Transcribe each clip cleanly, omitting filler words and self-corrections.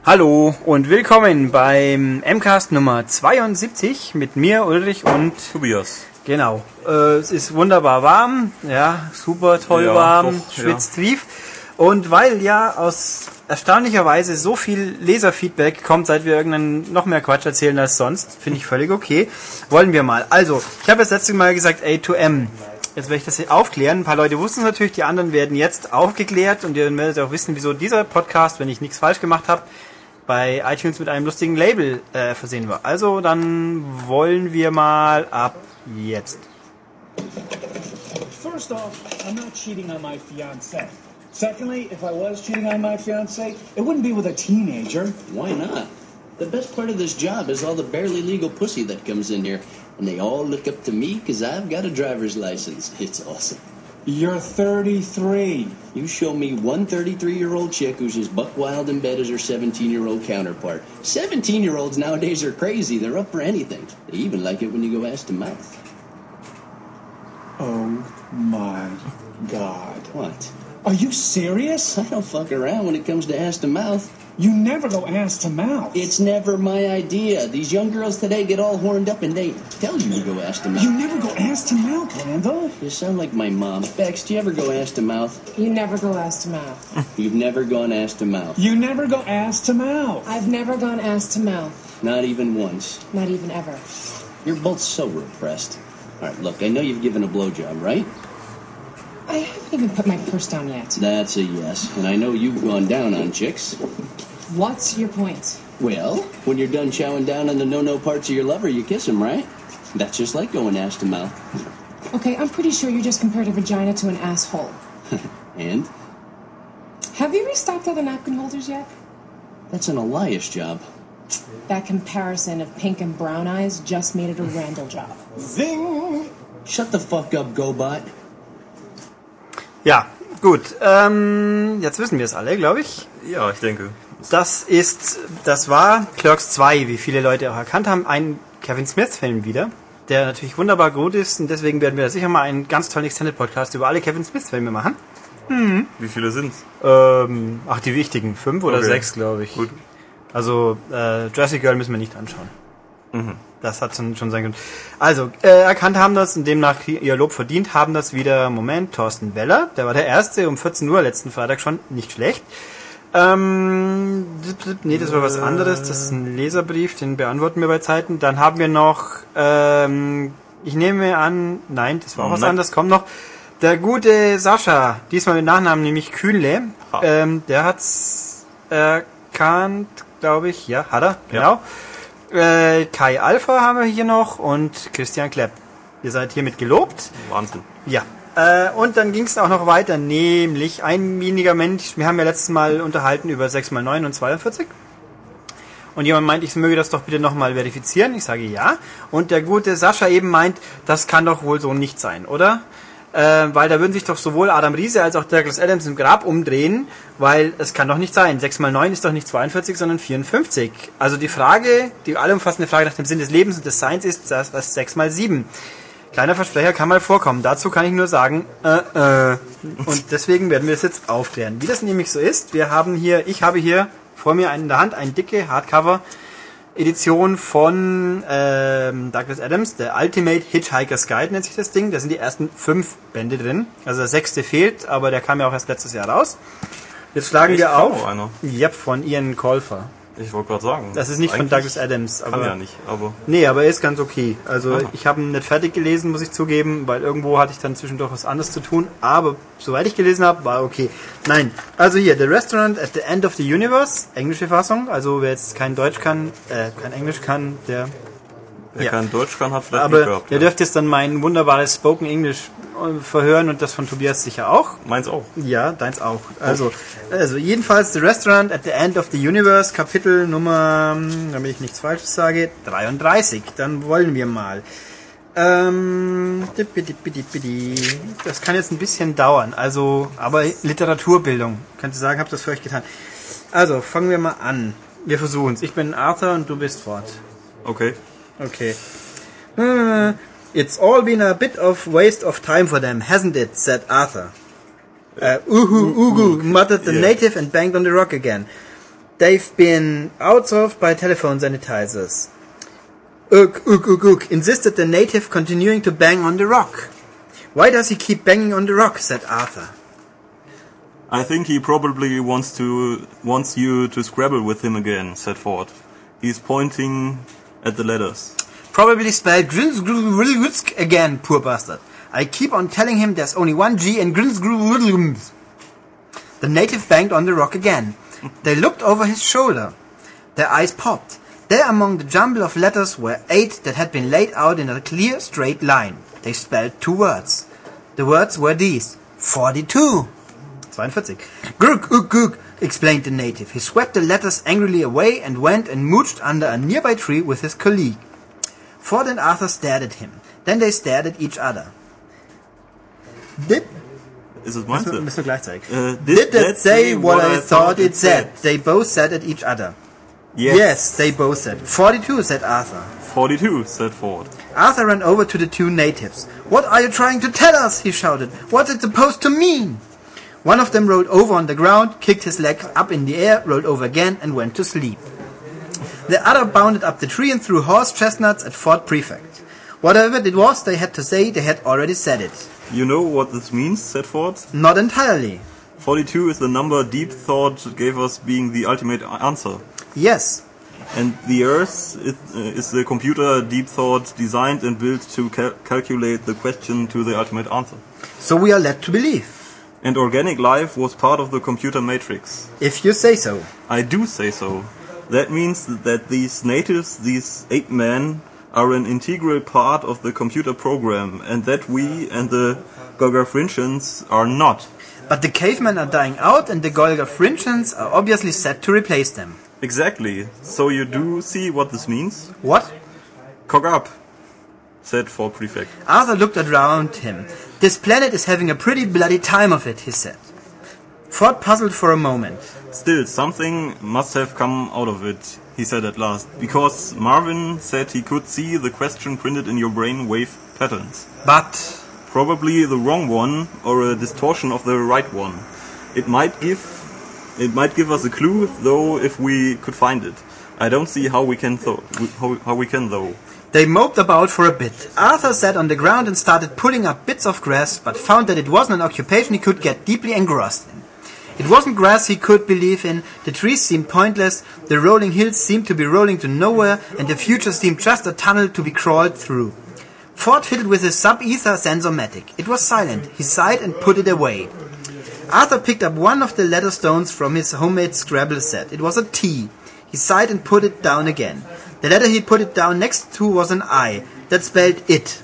Hallo und willkommen beim MCast Nummer 72 mit mir, Ulrich und Tobias. Genau, es ist wunderbar warm, ja, super toll warm, doch, schwitzt tief. Und weil ja aus erstaunlicherweise so viel Leserfeedback kommt, seit wir irgendeinen noch mehr Quatsch erzählen als sonst, finde ich völlig okay, wollen wir mal. Also, ich habe das letzte Mal gesagt A2M. Jetzt werde ich das hier aufklären. Ein paar Leute wussten es natürlich, die anderen werden jetzt aufgeklärt und ihr werdet auch wissen, wieso dieser Podcast, wenn ich nichts falsch gemacht habe, bei iTunes mit einem lustigen Label versehen war. Also, dann wollen wir mal ab jetzt. First off, I'm not cheating on my fiancée. Secondly, if I was cheating on my fiancée, it wouldn't be with a teenager. Why not? The best part of this job is all the barely legal pussy that comes in here. And they all look up to me because I've got a driver's license. It's awesome. You're 33. You show me one 33-year-old chick who's as buck wild in bed as her 17-year-old counterpart. 17-year-olds nowadays are crazy. They're up for anything. They even like it when you go ass to mouth. Oh my God. What? Are you serious? I don't fuck around when it comes to ass to mouth. You never go ass to mouth. It's never my idea. These young girls today get all horned up and they tell you to go ass to mouth. You never go ass to mouth, Randall. You sound like my mom. Bex, do you ever go ass to mouth? You never go ass to mouth. You've never gone ass to mouth. You never go ass to mouth. I've never gone ass to mouth. Not even once. Not even ever. You're both so repressed. All right, look, I know you've given a blowjob, right? I haven't even put my purse down yet. That's a yes. And I know you've gone down on chicks. What's your point? Well, when you're done chowing down on the no-no parts of your lover, you kiss him, right? That's just like going ass to mouth. Okay, I'm pretty sure you just compared a vagina to an asshole. And? Have you restocked all the napkin holders yet? That's an Elias job. That comparison of pink and brown eyes just made it a Randall job. Zing! Shut the fuck up, GoBot. Ja, gut. Jetzt wissen wir es alle, glaube ich. Ja, ich denke. Das war Clerks 2, wie viele Leute auch erkannt haben, ein Kevin Smith-Film wieder, der natürlich wunderbar gut ist und deswegen werden wir da sicher mal einen ganz tollen Extended-Podcast über alle Kevin Smith-Filme machen. Wie viele sind's? Die wichtigen, 5 oder 6, glaube ich. Gut. Also, Jurassic Girl müssen wir nicht anschauen. Das hat schon seinen Grund. Also, erkannt haben das und demnach ihr Lob verdient haben das wieder, Thorsten Weller, der war der Erste um 14 Uhr letzten Freitag schon, nicht schlecht. Nee, das war was anderes, das ist ein Leserbrief, den beantworten wir bei Zeiten. Dann haben wir noch, ich nehme an, nein, das war auch was anderes, kommt noch, der gute Sascha, diesmal mit Nachnamen, nämlich Kühnle, der hat's erkannt, glaube ich, ja, hat er, genau. Kai Alpha haben wir hier noch und Christian Klepp. Ihr seid hiermit gelobt. Wahnsinn. Ja. Und dann ging es auch noch weiter, nämlich ein weniger Mensch. Wir haben ja letztes Mal unterhalten über 6x9 und 42. Und jemand meint, ich möge das doch bitte nochmal verifizieren. Ich sage ja. Und der gute Sascha eben meint, das kann doch wohl so nicht sein, oder? Weil da würden sich doch sowohl Adam Riese als auch Douglas Adams im Grab umdrehen, weil es kann doch nicht sein. 6x9 ist doch nicht 42, sondern 54. Also die allumfassende Frage nach dem Sinn des Lebens und des Seins ist, das was 6x7. Kleiner Versprecher kann mal vorkommen. Dazu kann ich nur sagen, Und deswegen werden wir es jetzt aufklären. Wie das nämlich so ist, ich habe hier vor mir in der Hand eine dicke Hardcover-Edition von Douglas Adams, der Ultimate Hitchhiker's Guide nennt sich das Ding. Da sind die ersten 5 Bände drin. Also der 6. fehlt, aber der kam ja auch erst letztes Jahr raus. Jetzt schlagen wir auf. Ja, von Ian Colfer. Ich wollte gerade sagen. Das ist nicht von Douglas Adams. Kann ja nicht, aber... Nee, aber er ist ganz okay. Also ich habe ihn nicht fertig gelesen, muss ich zugeben, weil irgendwo hatte ich dann zwischendurch was anderes zu tun. Aber soweit ich gelesen habe, war okay. Nein, also hier, The Restaurant at the End of the Universe, englische Fassung. Also wer jetzt kein Englisch kann, der... Wer kein Deutsch kann, hat vielleicht aber Glück gehabt. Ihr dürft jetzt dann mein wunderbares Spoken English verhören und das von Tobias sicher auch. Meins auch. Ja, deins auch. Also jedenfalls The Restaurant at the End of the Universe, Kapitel Nummer, damit ich nichts Falsches sage, 33. Dann wollen wir mal. Das kann jetzt ein bisschen dauern. Also, aber Literaturbildung. Könnte sagen, habt das für euch getan. Also, fangen wir mal an. Wir versuchen's. Ich bin Arthur und du bist Ford. Okay. It's all been a bit of waste of time for them, hasn't it? Said Arthur. Ugu, muttered the native and banged on the rock again. They've been outsolved by telephone sanitizers. Ugh, insisted the native, continuing to bang on the rock. Why does he keep banging on the rock? Said Arthur. I think he probably wants you to Scrabble with him again, said Ford. He's pointing at the letters. Probably spelled Grinsgrulsk again, poor bastard. I keep on telling him there's only one G in Grinsgrulsk. The native banged on the rock again. They looked over his shoulder. Their eyes popped. There among the jumble of letters were 8 that had been laid out in a clear, straight line. They spelled 2 words. The words were these. 42. 42. Gurk, explained the native. He swept the letters angrily away and went and mooched under a nearby tree with his colleague. Ford and Arthur stared at him. Then they stared at each other. Ist es meinst du? Müssen wir gleichzeitig. Did that say what I thought it said? They both said at each other. Yes, they both said. 42, said Arthur. 42, said Ford. Arthur ran over to the 2 natives. What are you trying to tell us? He shouted. What's it supposed to mean? One of them rolled over on the ground, kicked his legs up in the air, rolled over again, and went to sleep. The other bounded up the tree and threw horse chestnuts at Ford Prefect. Whatever it was they had to say, they had already said it. You know what this means, said Ford? Not entirely. 42 is the number Deep Thought gave us being the ultimate answer. Yes. And the Earth is the computer Deep Thought designed and built to calculate the question to the ultimate answer. So we are led to believe. And organic life was part of the computer matrix. If you say so. I do say so. That means that these natives, these 8 men, are an integral part of the computer program, and that we and the Golgafrinchans are not. But the cavemen are dying out, and the Golgafrinchans are obviously set to replace them. Exactly. So you do see what this means? What? Cock up, said Ford Prefect. Arthur looked around him. This planet is having a pretty bloody time of it, he said. Ford puzzled for a moment. Still, something must have come out of it, he said at last, because Marvin said he could see the question printed in your brain wave patterns. But probably the wrong one, or a distortion of the right one. It might give us a clue, though, if we could find it. I don't see how we can though. They moped about for a bit. Arthur sat on the ground and started pulling up bits of grass, but found that it wasn't an occupation he could get deeply engrossed in. It wasn't grass he could believe in, the trees seemed pointless, the rolling hills seemed to be rolling to nowhere, and the future seemed just a tunnel to be crawled through. Ford fiddled with his sub-ether sensormatic. It was silent. He sighed and put it away. Arthur picked up one of the letter stones from his homemade Scrabble set. It was a T. He sighed and put it down again. The letter he put it down next to was an I. That spelled it.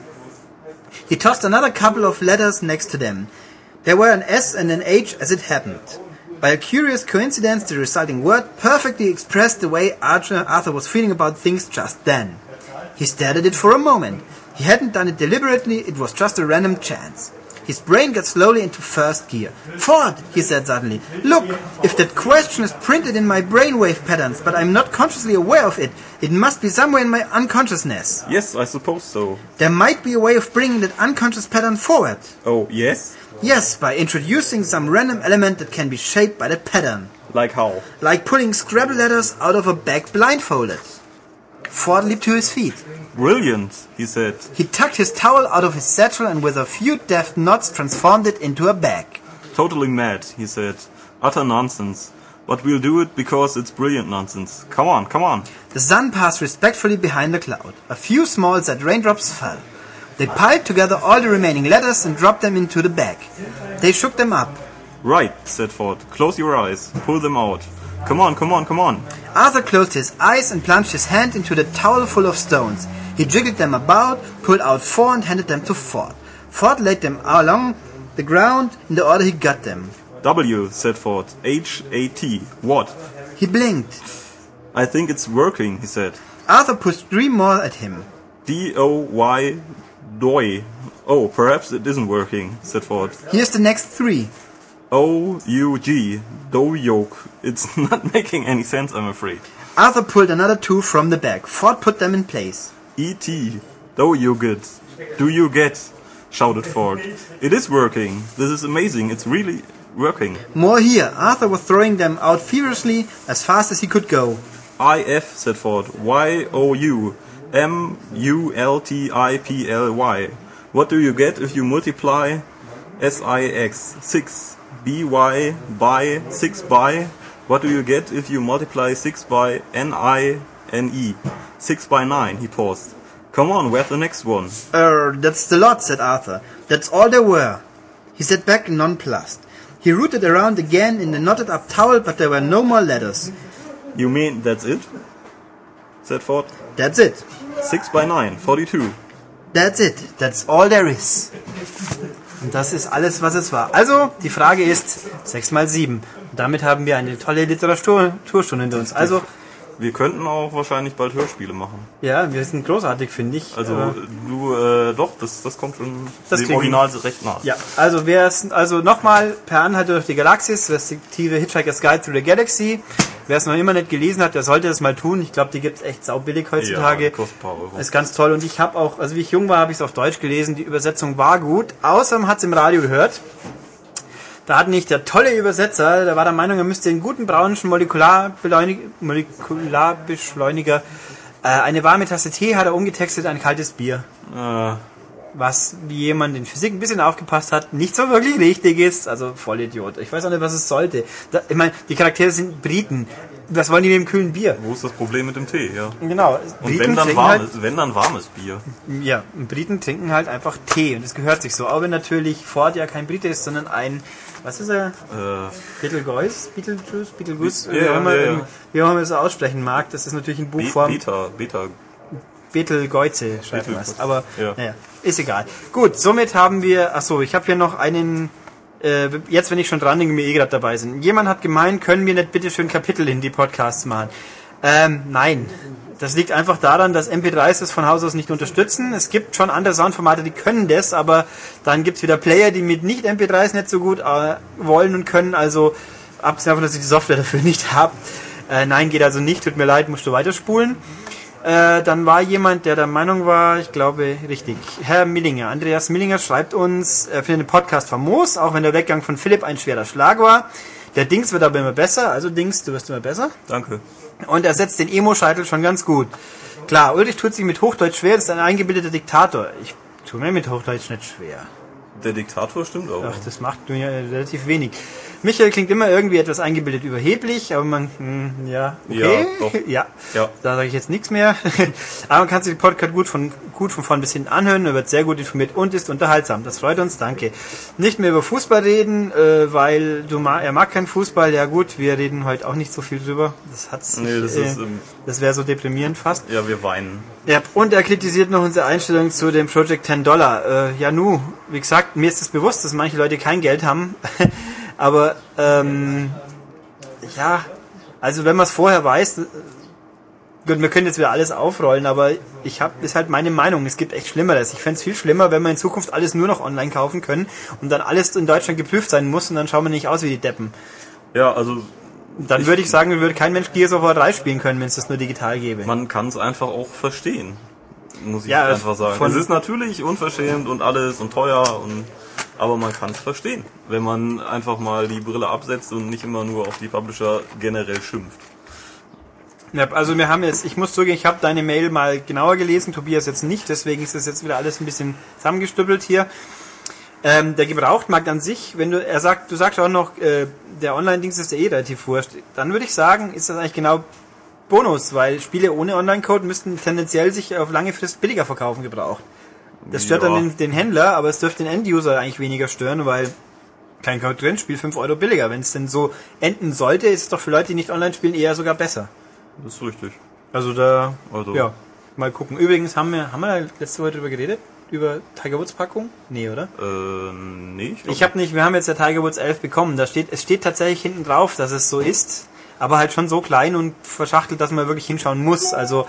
He tossed another couple of letters next to them. There were an S and an H as it happened. By a curious coincidence, the resulting word perfectly expressed the way Arthur was feeling about things just then. He stared at it for a moment. He hadn't done it deliberately, it was just a random chance. His brain got slowly into first gear. Ford, he said suddenly, look, if that question is printed in my brainwave patterns, but I'm not consciously aware of it, it must be somewhere in my unconsciousness. Yes, I suppose so. There might be a way of bringing that unconscious pattern forward. Oh, yes? Yes, by introducing some random element that can be shaped by that pattern. Like how? Like pulling Scrabble letters out of a bag blindfolded. Ford leaped to his feet. Brilliant, he said. He tucked his towel out of his satchel and with a few deft knots transformed it into a bag. Totally mad, he said. Utter nonsense. But we'll do it because it's brilliant nonsense. Come on, come on. The sun passed respectfully behind the cloud. A few small sad raindrops fell. They piled together all the remaining letters and dropped them into the bag. They shook them up. Right, said Ford. Close your eyes. Pull them out. Come on, come on, come on. Arthur closed his eyes and plunged his hand into the towel full of stones. He jiggled them about, pulled out 4 and handed them to Ford. Ford laid them along the ground in the order he got them. W, said Ford. H-A-T. What? He blinked. I think it's working, he said. Arthur pushed 3 more at him. D-O-Y, doi. Oh, perhaps it isn't working, said Ford. Here's the next 3. O-U-G, do-yoke. It's not making any sense, I'm afraid. Arthur pulled another 2 from the bag. Ford put them in place. E-T, do you get? Do you get? Shouted Ford. It is working. This is amazing. It's really working. More here. Arthur was throwing them out feverishly as fast as he could go. IF, said Ford. YOU. MULTIPLY. What do you get if you multiply SIX? 6. BY by 6 by. What do you get if you multiply 6 by NINE? 6 by 9, he paused. Come on, where's the next one? That's the lot, said Arthur. That's all there were. He sat back nonplussed. He rooted around again in the knotted up towel, but there were no more letters. You mean that's it? Said Ford. That's it. 6 by 9, 42. That's it. That's all there is. Und das ist alles, was es war. Also, die Frage ist 6 mal 7. Und damit haben wir eine tolle Literaturstunde hinter uns. Also, wir könnten auch wahrscheinlich bald Hörspiele machen. Ja, wir sind großartig, finde ich. Also, doch, das kommt schon das dem Original recht nah. Ja, also nochmal Per Anhalter durch die Galaxis, respektive Hitchhiker's Guide through the Galaxy. Wer es noch immer nicht gelesen hat, der sollte es mal tun. Ich glaube, die gibt es echt saubillig heutzutage. Ja, kostet ein paar Euro. Ist ganz toll. Und ich habe auch, also wie ich jung war, habe ich es auf Deutsch gelesen. Die Übersetzung war gut. Außer man hat es im Radio gehört. Da hat nicht der tolle Übersetzer, der war der Meinung, er müsste den guten braunischen Molekularbeschleuniger eine warme Tasse Tee hat er umgetextet, ein kaltes Bier. Was, wie jemand in Physik ein bisschen aufgepasst hat, nicht so wirklich richtig ist. Also Vollidiot. Ich weiß auch nicht, was es sollte. Ich meine, die Charaktere sind Briten. Was wollen die mit dem kühlen Bier? Wo ist das Problem mit dem Tee, ja? Genau. Und wenn dann warmes Bier. Ja, Briten trinken halt einfach Tee und das gehört sich so. Auch wenn natürlich Ford ja kein Brite ist, sondern ein, was ist er? Betelgeuse? Wie auch immer man es aussprechen mag. Das ist natürlich in Buchform. Betelgeuse schreibt man es. Aber naja, ist egal. Gut, somit haben wir, ich habe hier noch einen, jetzt wenn ich schon dran denke, wir gerade dabei sind. Jemand hat gemeint, können wir nicht bitte schön Kapitel in die Podcasts machen? Nein. Das liegt einfach daran, dass MP3s das von Haus aus nicht unterstützen. Es gibt schon andere Soundformate, die können das, aber dann gibt es wieder Player, die mit nicht MP3s nicht so gut wollen und können. Also, abgesehen davon, dass ich die Software dafür nicht habe. Nein, geht also nicht. Tut mir leid, musst du weiterspulen. Dann war jemand, der der Meinung war, ich glaube, richtig, Herr Millinger. Andreas Millinger schreibt uns, er findet den Podcast famos, auch wenn der Weggang von Philipp ein schwerer Schlag war. Der Dings wird aber immer besser, also Dings, du wirst immer besser. Danke. Und er setzt den Emo-Scheitel schon ganz gut. Klar, Ulrich tut sich mit Hochdeutsch schwer, das ist ein eingebildeter Diktator. Ich tue mir mit Hochdeutsch nicht schwer. Der Diktator stimmt auch. Ach, das macht mir ja relativ wenig. Michael klingt immer irgendwie etwas eingebildet überheblich, aber man, ja, okay. Ja, doch. Ja, da sage ich jetzt nichts mehr. Aber man kann sich den Podcast gut von vorn bis hinten anhören, er wird sehr gut informiert und ist unterhaltsam. Das freut uns, danke. Nicht mehr über Fußball reden, weil er mag keinen Fußball. Ja gut, wir reden heute auch nicht so viel drüber. Das wäre so deprimierend fast. Ja, wir weinen. Ja, und er kritisiert noch unsere Einstellung zu dem Project $10. Wie gesagt, mir ist es bewusst, dass manche Leute kein Geld haben. Aber, also wenn man es vorher weiß, gut, wir können jetzt wieder alles aufrollen, aber ist halt meine Meinung, es gibt echt Schlimmeres. Ich fände es viel schlimmer, wenn wir in Zukunft alles nur noch online kaufen können und dann alles in Deutschland geprüft sein muss und dann schauen wir nicht aus wie die Deppen. Ja, also... Dann würde ich sagen, würde kein Mensch Gears of War 3 spielen können, wenn es das nur digital gäbe. Man kann es einfach auch verstehen, muss ich einfach sagen. Es ist natürlich unverschämt und alles und teuer aber man kann es verstehen, wenn man einfach mal die Brille absetzt und nicht immer nur auf die Publisher generell schimpft. Ja, also ich muss zugeben, ich habe deine Mail mal genauer gelesen, Tobias jetzt nicht, deswegen ist das jetzt wieder alles ein bisschen zusammengestüppelt hier. Der Gebrauchtmarkt an sich, du sagst auch noch, der Online-Dings ist ja relativ wurscht, dann würde ich sagen, ist das eigentlich genau Bonus, weil Spiele ohne Online-Code müssten tendenziell sich auf lange Frist billiger verkaufen gebraucht. Das stört dann den Händler, aber es dürfte den End-User eigentlich weniger stören, weil kein Code drin, Spiel 5 Euro billiger. Wenn es denn so enden sollte, ist es doch für Leute, die nicht online spielen, eher sogar besser. Das ist richtig. Mal gucken. Übrigens, haben wir letzte Woche drüber geredet? Über Tiger Woods Packung? Nee, oder? Nee. Wir haben jetzt der Tiger Woods 11 bekommen. Es steht tatsächlich hinten drauf, dass es so ist, aber halt schon so klein und verschachtelt, dass man wirklich hinschauen muss. Also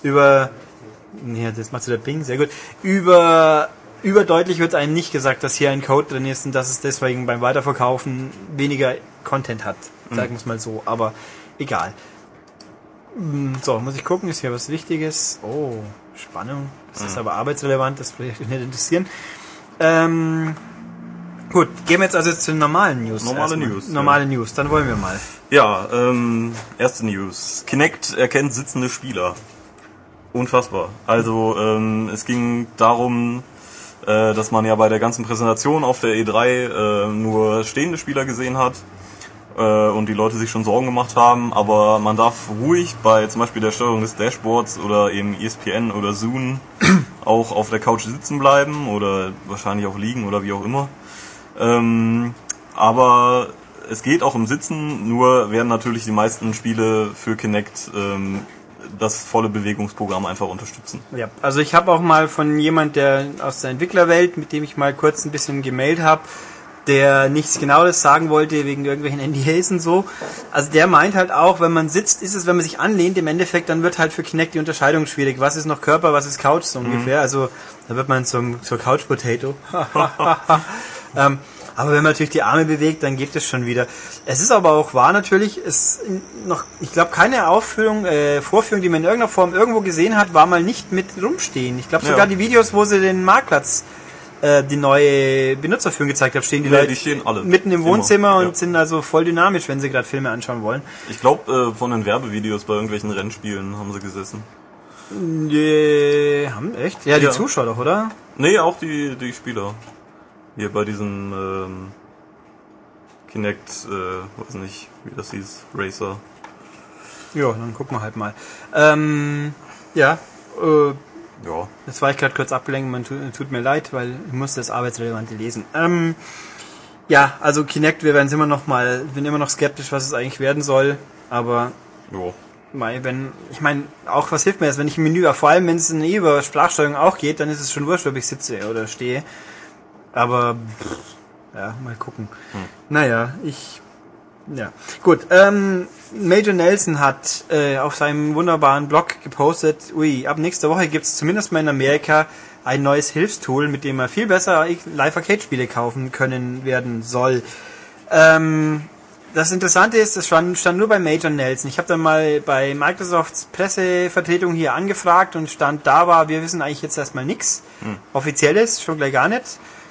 das macht so der Bing, sehr gut. Überdeutlich wird einem nicht gesagt, dass hier ein Code drin ist und dass es deswegen beim Weiterverkaufen weniger Content hat. Sagen wir es mal so, aber egal. So, muss ich gucken, ist hier was Wichtiges. Oh, Spannung. Das ist aber arbeitsrelevant, das würde mich nicht interessieren. Gut, gehen wir jetzt also zu den normalen News. Normale News, dann wollen wir mal. Ja, erste News. Kinect erkennt sitzende Spieler. Unfassbar. Also, es ging darum, dass man ja bei der ganzen Präsentation auf der E3 nur stehende Spieler gesehen hat und die Leute sich schon Sorgen gemacht haben, aber man darf ruhig bei zum Beispiel der Steuerung des Dashboards oder eben ESPN oder Zune auch auf der Couch sitzen bleiben oder wahrscheinlich auch liegen oder wie auch immer. Aber es geht auch im Sitzen, nur werden natürlich die meisten Spiele für Kinect das volle Bewegungsprogramm einfach unterstützen. Ja, also ich habe auch mal von jemand, der aus der Entwicklerwelt, mit dem ich mal kurz ein bisschen gemailt habe, der nichts Genaues sagen wollte wegen irgendwelchen NDAs und so. Also der meint halt auch, wenn man sitzt, ist es, wenn man sich anlehnt, im Endeffekt, dann wird halt für Kinect die Unterscheidung schwierig. Was ist noch Körper, was ist Couch so ungefähr. Also da wird man zur Couch Potato. Aber wenn man natürlich die Arme bewegt, dann geht es schon wieder. Es ist aber auch wahr natürlich, ich glaube, keine Vorführung, die man in irgendeiner Form irgendwo gesehen hat, war mal nicht mit rumstehen. Ich glaube sogar die Videos, wo sie den Marktplatz, die neue Benutzerführung gezeigt haben, stehen die Leute die stehen alle mitten im Wohnzimmer und sind also voll dynamisch, wenn sie gerade Filme anschauen wollen. Ich glaube, von den Werbevideos bei irgendwelchen Rennspielen haben sie gesessen. Die haben echt? Ja, die Zuschauer doch, oder? Nee, auch die Spieler. Hier bei diesem Kinect, weiß nicht, wie das hieß, Racer. Ja, dann gucken wir halt mal. Jetzt war ich gerade kurz abgelenkt, tut mir leid, weil ich musste das Arbeitsrelevante lesen. Also Kinect, wir werden immer noch bin immer noch skeptisch, was es eigentlich werden soll, aber auch was hilft mir jetzt, wenn ich im Menü, vor allem wenn es über Sprachsteuerung auch geht, dann ist es schon wurscht, ob ich sitze oder stehe. Aber, mal gucken. Gut, Major Nelson hat auf seinem wunderbaren Blog gepostet, ab nächster Woche gibt's zumindest mal in Amerika ein neues Hilfstool, mit dem man viel besser Live-Arcade-Spiele kaufen können werden soll. Das Interessante ist, das stand nur bei Major Nelson. Ich habe dann mal bei Microsofts Pressevertretung hier angefragt und wir wissen eigentlich jetzt erstmal nichts Offizielles, schon gleich gar nicht.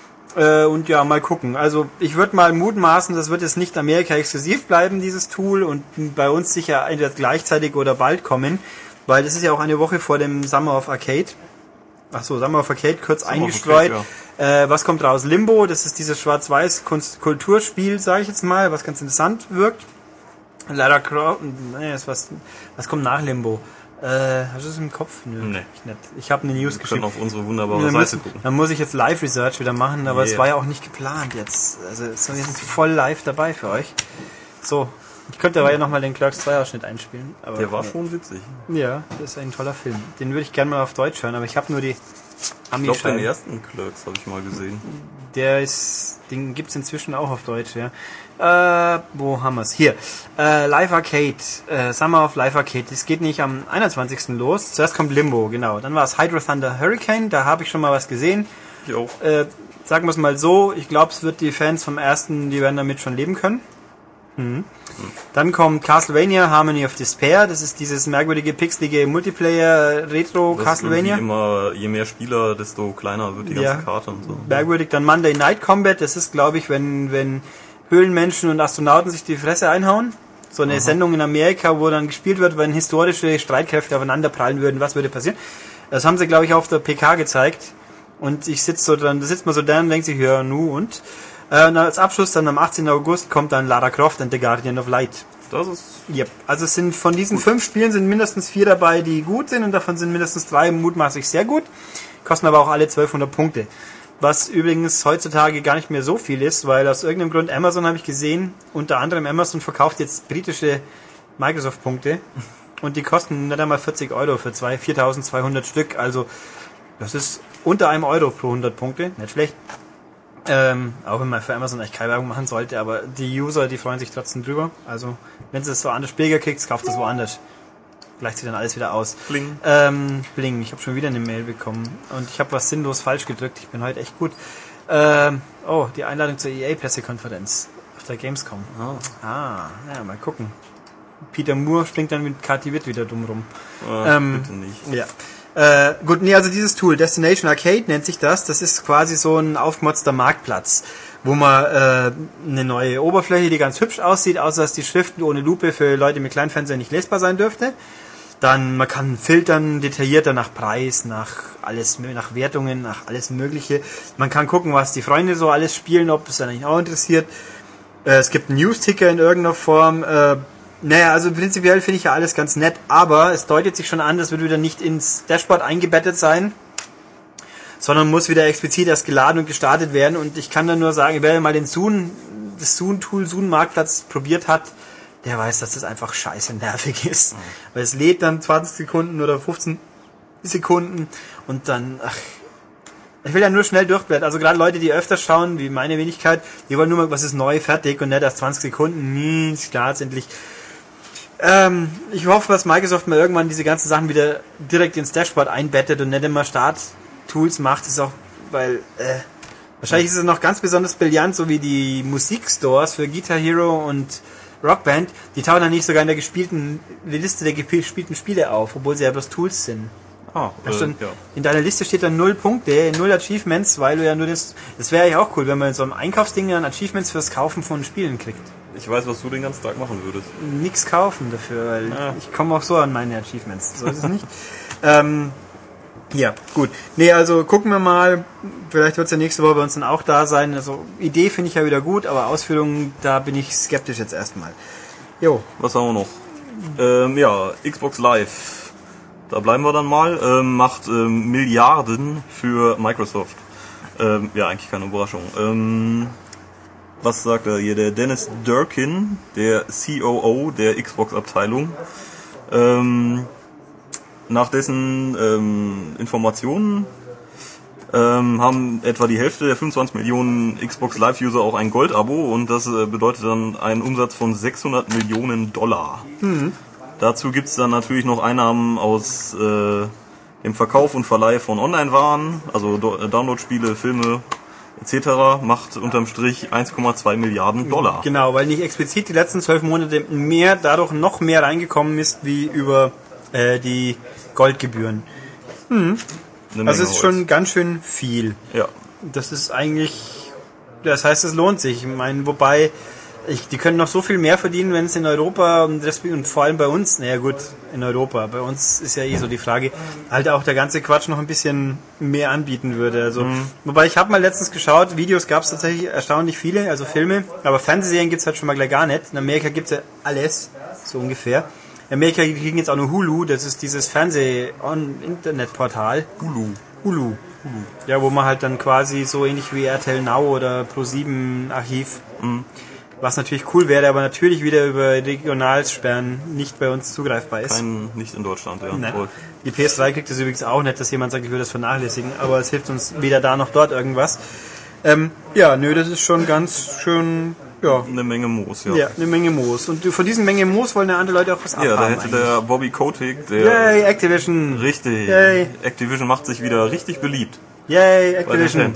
Mal gucken. Also ich würde mal mutmaßen, das wird jetzt nicht Amerika exklusiv bleiben, dieses Tool, und bei uns sicher entweder gleichzeitig oder bald kommen, weil das ist ja auch eine Woche vor dem Summer of Arcade. Summer of Arcade kurz eingestreut. Was kommt raus? Limbo, das ist dieses schwarz-weiß Kulturspiel, sage ich jetzt mal, was ganz interessant wirkt. Lara Croft, was kommt nach Limbo? Hast du das im Kopf? Nö, nee. Ich habe eine News geschickt. Wir können auf unsere wunderbare Seite gucken. Dann muss ich jetzt Live-Research wieder machen, aber es war ja auch nicht geplant jetzt. Also wir sind voll live dabei für euch. So, ich könnte aber ja nochmal den Clerks 2 Ausschnitt einspielen. Aber der war schon witzig. Ja, das ist ein toller Film. Den würde ich gerne mal auf Deutsch hören, aber ich habe nur die Ami-Scheiben. Ich glaube, den ersten Clerks habe ich mal gesehen. Den gibt's inzwischen auch auf Deutsch, ja. Wo haben wir's? Hier. Live Arcade. Summer of Live Arcade. Das geht nicht am 21. los. Zuerst kommt Limbo, genau. Dann war es Hydro Thunder Hurricane. Da habe ich schon mal was gesehen. Jo. Sagen wir es mal so. Ich glaube, es wird die Fans vom ersten, die werden damit schon leben können. Dann kommt Castlevania Harmony of Despair. Das ist dieses merkwürdige, pixelige Multiplayer-Retro-Castlevania. Immer, je mehr Spieler, desto kleiner wird die ganze Karte und so. Merkwürdig. Dann Monday Night Combat. Das ist, glaube ich, wenn Höhlenmenschen und Astronauten sich die Fresse einhauen. So eine Sendung in Amerika, wo dann gespielt wird, wenn historische Streitkräfte aufeinander prallen würden. Was würde passieren? Das haben sie, glaube ich, auf der PK gezeigt. Und da sitzt man so da und denkt sich, ja, und als Abschluss dann am 18. August kommt dann Lara Croft and the Guardian of Light. Das ist... Yep. Also es sind von diesen 5 Spielen sind mindestens 4 dabei, die gut sind, und davon sind mindestens 3 mutmaßlich sehr gut. Kosten aber auch alle 1200 Punkte. Was übrigens heutzutage gar nicht mehr so viel ist, weil aus irgendeinem Grund Amazon, habe ich gesehen, unter anderem Amazon verkauft jetzt britische Microsoft-Punkte und die kosten nicht einmal 40 Euro für 4.200 Stück. Also das ist unter einem Euro pro 100 Punkte, nicht schlecht. Auch wenn man für Amazon echt keine Werbung machen sollte, aber die User, die freuen sich trotzdem drüber. Also, wenn sie es so anders billiger kriegt, kauft es woanders. Gleicht sich dann alles wieder aus. Bling. Bling. Ich habe schon wieder eine Mail bekommen und ich habe was sinnlos falsch gedrückt. Ich bin heute echt gut. Die Einladung zur EA-Pressekonferenz auf der Gamescom. Mal gucken. Peter Moore springt dann mit Cathy Witt wieder dumm rum. Bitte nicht. Ja. Also dieses Tool, Destination Arcade nennt sich das. Das ist quasi so ein aufgemotzter Marktplatz, wo man eine neue Oberfläche, die ganz hübsch aussieht, außer dass die Schriften ohne Lupe für Leute mit Kleinfernseher nicht lesbar sein dürfte. Dann, man kann filtern detaillierter nach Preis, nach Wertungen, nach alles Mögliche. Man kann gucken, was die Freunde so alles spielen, ob es einen auch interessiert. Es gibt einen News-Ticker in irgendeiner Form. Also prinzipiell finde ich ja alles ganz nett, aber es deutet sich schon an, das wird wieder nicht ins Dashboard eingebettet sein, sondern muss wieder explizit erst geladen und gestartet werden. Und ich kann dann nur sagen, wer mal das Zune-Tool, Zune-Marktplatz probiert hat, der weiß, dass das einfach scheiße nervig ist. Weil es lädt dann 20 Sekunden oder 15 Sekunden und dann, ich will ja nur schnell durchblättern. Also gerade Leute, die öfter schauen, wie meine Wenigkeit, die wollen nur mal, was ist neu, fertig und nicht erst 20 Sekunden. Ist klar, jetzt endlich. Ich hoffe, dass Microsoft mal irgendwann diese ganzen Sachen wieder direkt ins Dashboard einbettet und nicht immer Start-Tools macht. Das ist auch, weil, wahrscheinlich ist es noch ganz besonders brillant, so wie die Musikstores für Guitar Hero und Rockband, die tauchen dann nicht sogar in der Liste der gespielten Spiele auf, obwohl sie ja bloß Tools sind. In deiner Liste steht dann 0 Punkte, 0 Achievements, weil du ja nur das wäre eigentlich auch cool, wenn man in so einem Einkaufsding dann Achievements fürs Kaufen von Spielen kriegt. Ich weiß, was du den ganzen Tag machen würdest. Nix kaufen dafür, weil ich komme auch so an meine Achievements. So ist es nicht. Ja, gut. Nee, also gucken wir mal. Vielleicht wird es ja nächste Woche bei uns dann auch da sein. Also Idee finde ich ja wieder gut, aber Ausführungen, da bin ich skeptisch jetzt erstmal. Jo. Was haben wir noch? Xbox Live. Da bleiben wir dann mal. Macht Milliarden für Microsoft. Eigentlich keine Überraschung. Was sagt er hier? Der Dennis Durkin, der COO der Xbox-Abteilung. Nach dessen Informationen haben etwa die Hälfte der 25 Millionen Xbox Live-User auch ein Gold-Abo und das bedeutet dann einen Umsatz von $600 Millionen. Dazu gibt's dann natürlich noch Einnahmen aus dem Verkauf und Verleih von Online-Waren, also Download-Spiele, Filme etc. macht unterm Strich 1,2 Milliarden $. Genau, weil nicht explizit die letzten 12 Monate dadurch noch mehr reingekommen ist, wie über die Goldgebühren. Also es ist schon ganz schön viel. Ja. Das ist eigentlich, das heißt, es lohnt sich. Ich meine, wobei, die können noch so viel mehr verdienen, wenn es in Europa und vor allem bei uns, naja gut, in Europa, bei uns ist ja so die Frage, halt auch der ganze Quatsch noch ein bisschen mehr anbieten würde. Also, wobei ich habe mal letztens geschaut, Videos gab es tatsächlich erstaunlich viele, also Filme, aber Fernsehserien gibt's halt schon mal gleich gar nicht. In Amerika gibt's ja alles, so ungefähr. In Amerika kriegen jetzt auch nur Hulu, das ist dieses Fernseh-Internetportal. Hulu. Ja, wo man halt dann quasi so ähnlich wie RTL Now oder Pro7 Archiv, was natürlich cool wäre, aber natürlich wieder über Regionalsperren nicht bei uns zugreifbar ist. Nicht in Deutschland, ja. Nein. Die PS3 kriegt das übrigens auch nicht, dass jemand sagt, ich will das vernachlässigen, aber es hilft uns weder da noch dort irgendwas. Das ist schon ganz schön. Ja. Eine Menge Moos, ja. Ja, eine Menge Moos. Und von diesen Menge Moos wollen ja andere Leute auch was abhaben. Ja, da hätte der Bobby Kotick, Yay, Activision! Richtig. Yay. Activision macht sich wieder richtig beliebt. Yay, Activision!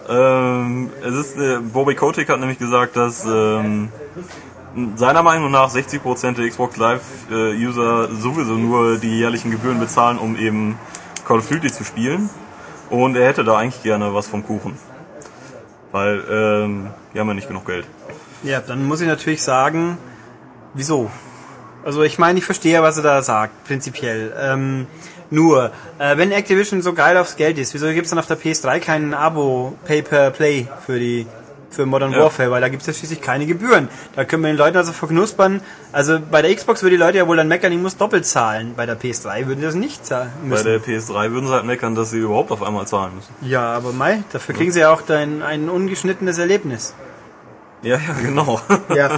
Bobby Kotick hat nämlich gesagt, dass seiner Meinung nach 60% der Xbox Live User sowieso nur die jährlichen Gebühren bezahlen, um eben Call of Duty zu spielen. Und er hätte da eigentlich gerne was vom Kuchen. Weil die haben ja nicht genug Geld. Ja, dann muss ich natürlich sagen, wieso? Also ich meine, ich verstehe, was er da sagt, prinzipiell. Wenn Activision so geil aufs Geld ist, wieso gibt es dann auf der PS3 kein Abo Pay-per-Play für Modern Warfare? Weil da gibt es ja schließlich keine Gebühren. Da können wir den Leuten also verknuspern. Also bei der Xbox würde die Leute ja wohl dann meckern, ich muss doppelt zahlen. Bei der PS3 würden sie das nicht zahlen müssen. Bei der PS3 würden sie halt meckern, dass sie überhaupt auf einmal zahlen müssen. Ja, aber dafür kriegen sie ja auch ein ungeschnittenes Erlebnis. Ja, genau. Ja,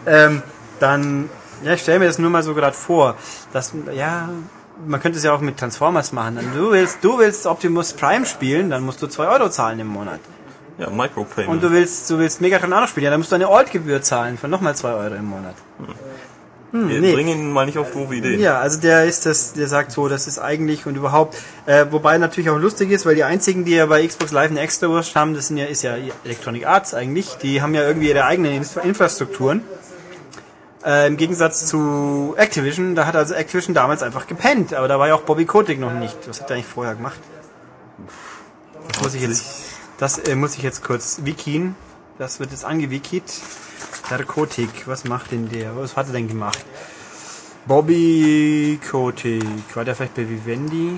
ich stelle mir das nur mal so gerade vor, dass, man könnte es ja auch mit Transformers machen. Du willst Optimus Prime spielen, dann musst du 2 Euro zahlen im Monat. Ja, Micropayment. Und du willst Megatron auch noch spielen, dann musst du eine Alt-Gebühr zahlen von nochmal 2 Euro im Monat. Bring ihn mal nicht auf doofe Ideen. Ja, also der sagt so, das ist eigentlich und überhaupt, wobei natürlich auch lustig ist, weil die einzigen, die ja bei Xbox Live eine Extrawurst haben, ist ja Electronic Arts eigentlich, die haben ja irgendwie ihre eigenen Infrastrukturen. Im Gegensatz zu Activision, da hat also Activision damals einfach gepennt, aber da war ja auch Bobby Kotick noch nicht. Was hat er eigentlich vorher gemacht? Das muss ich jetzt kurz wikien. Das wird jetzt angewikelt. Herr Kotick, was macht denn der? Was hat er denn gemacht? Bobby Kotick. War der vielleicht bei Vivendi?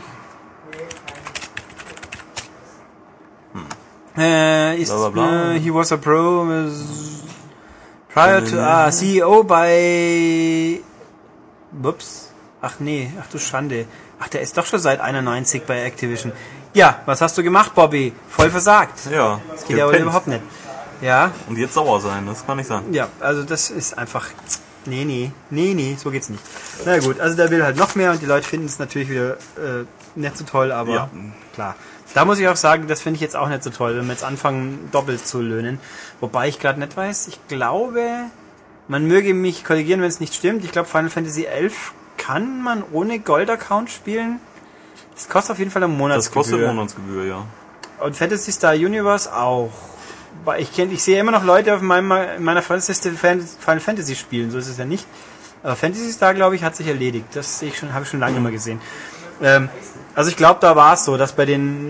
Ist, Bla, bla, bla. he was a pro prior to CEO bei Ups. Ach nee, ach du Schande. Ach, der ist doch schon seit 91 bei Activision. Ja, was hast du gemacht, Bobby? Voll versagt. Ja. Das geht ja wohl überhaupt nicht. Ja, Und jetzt sauer sein, das kann nicht sein. ja, also das ist einfach... Nee, so geht's nicht. Na gut, also der will halt noch mehr und die Leute finden es natürlich wieder nicht so toll, aber Ja. klar. Da muss ich auch sagen, das finde ich jetzt auch nicht so toll, wenn wir jetzt anfangen, doppelt zu löhnen. Wobei ich gerade nicht weiß, ich glaube, man möge mich korrigieren, wenn es nicht stimmt. Ich glaube, Final Fantasy 11 kann man ohne Gold-Account spielen. Das kostet auf jeden Fall eine Das Monatsgebühr. kostet Monatsgebühr, ja. Und Fantasy Star Universe auch. Weil ich sehe immer noch Leute auf meiner Freundesliste Final Fantasy spielen, so ist es ja nicht. Aber Fantasy Star, glaube ich, hat sich erledigt. Das sehe ich schon, habe ich schon lange immer gesehen. Also ich glaube, da war es so, dass bei den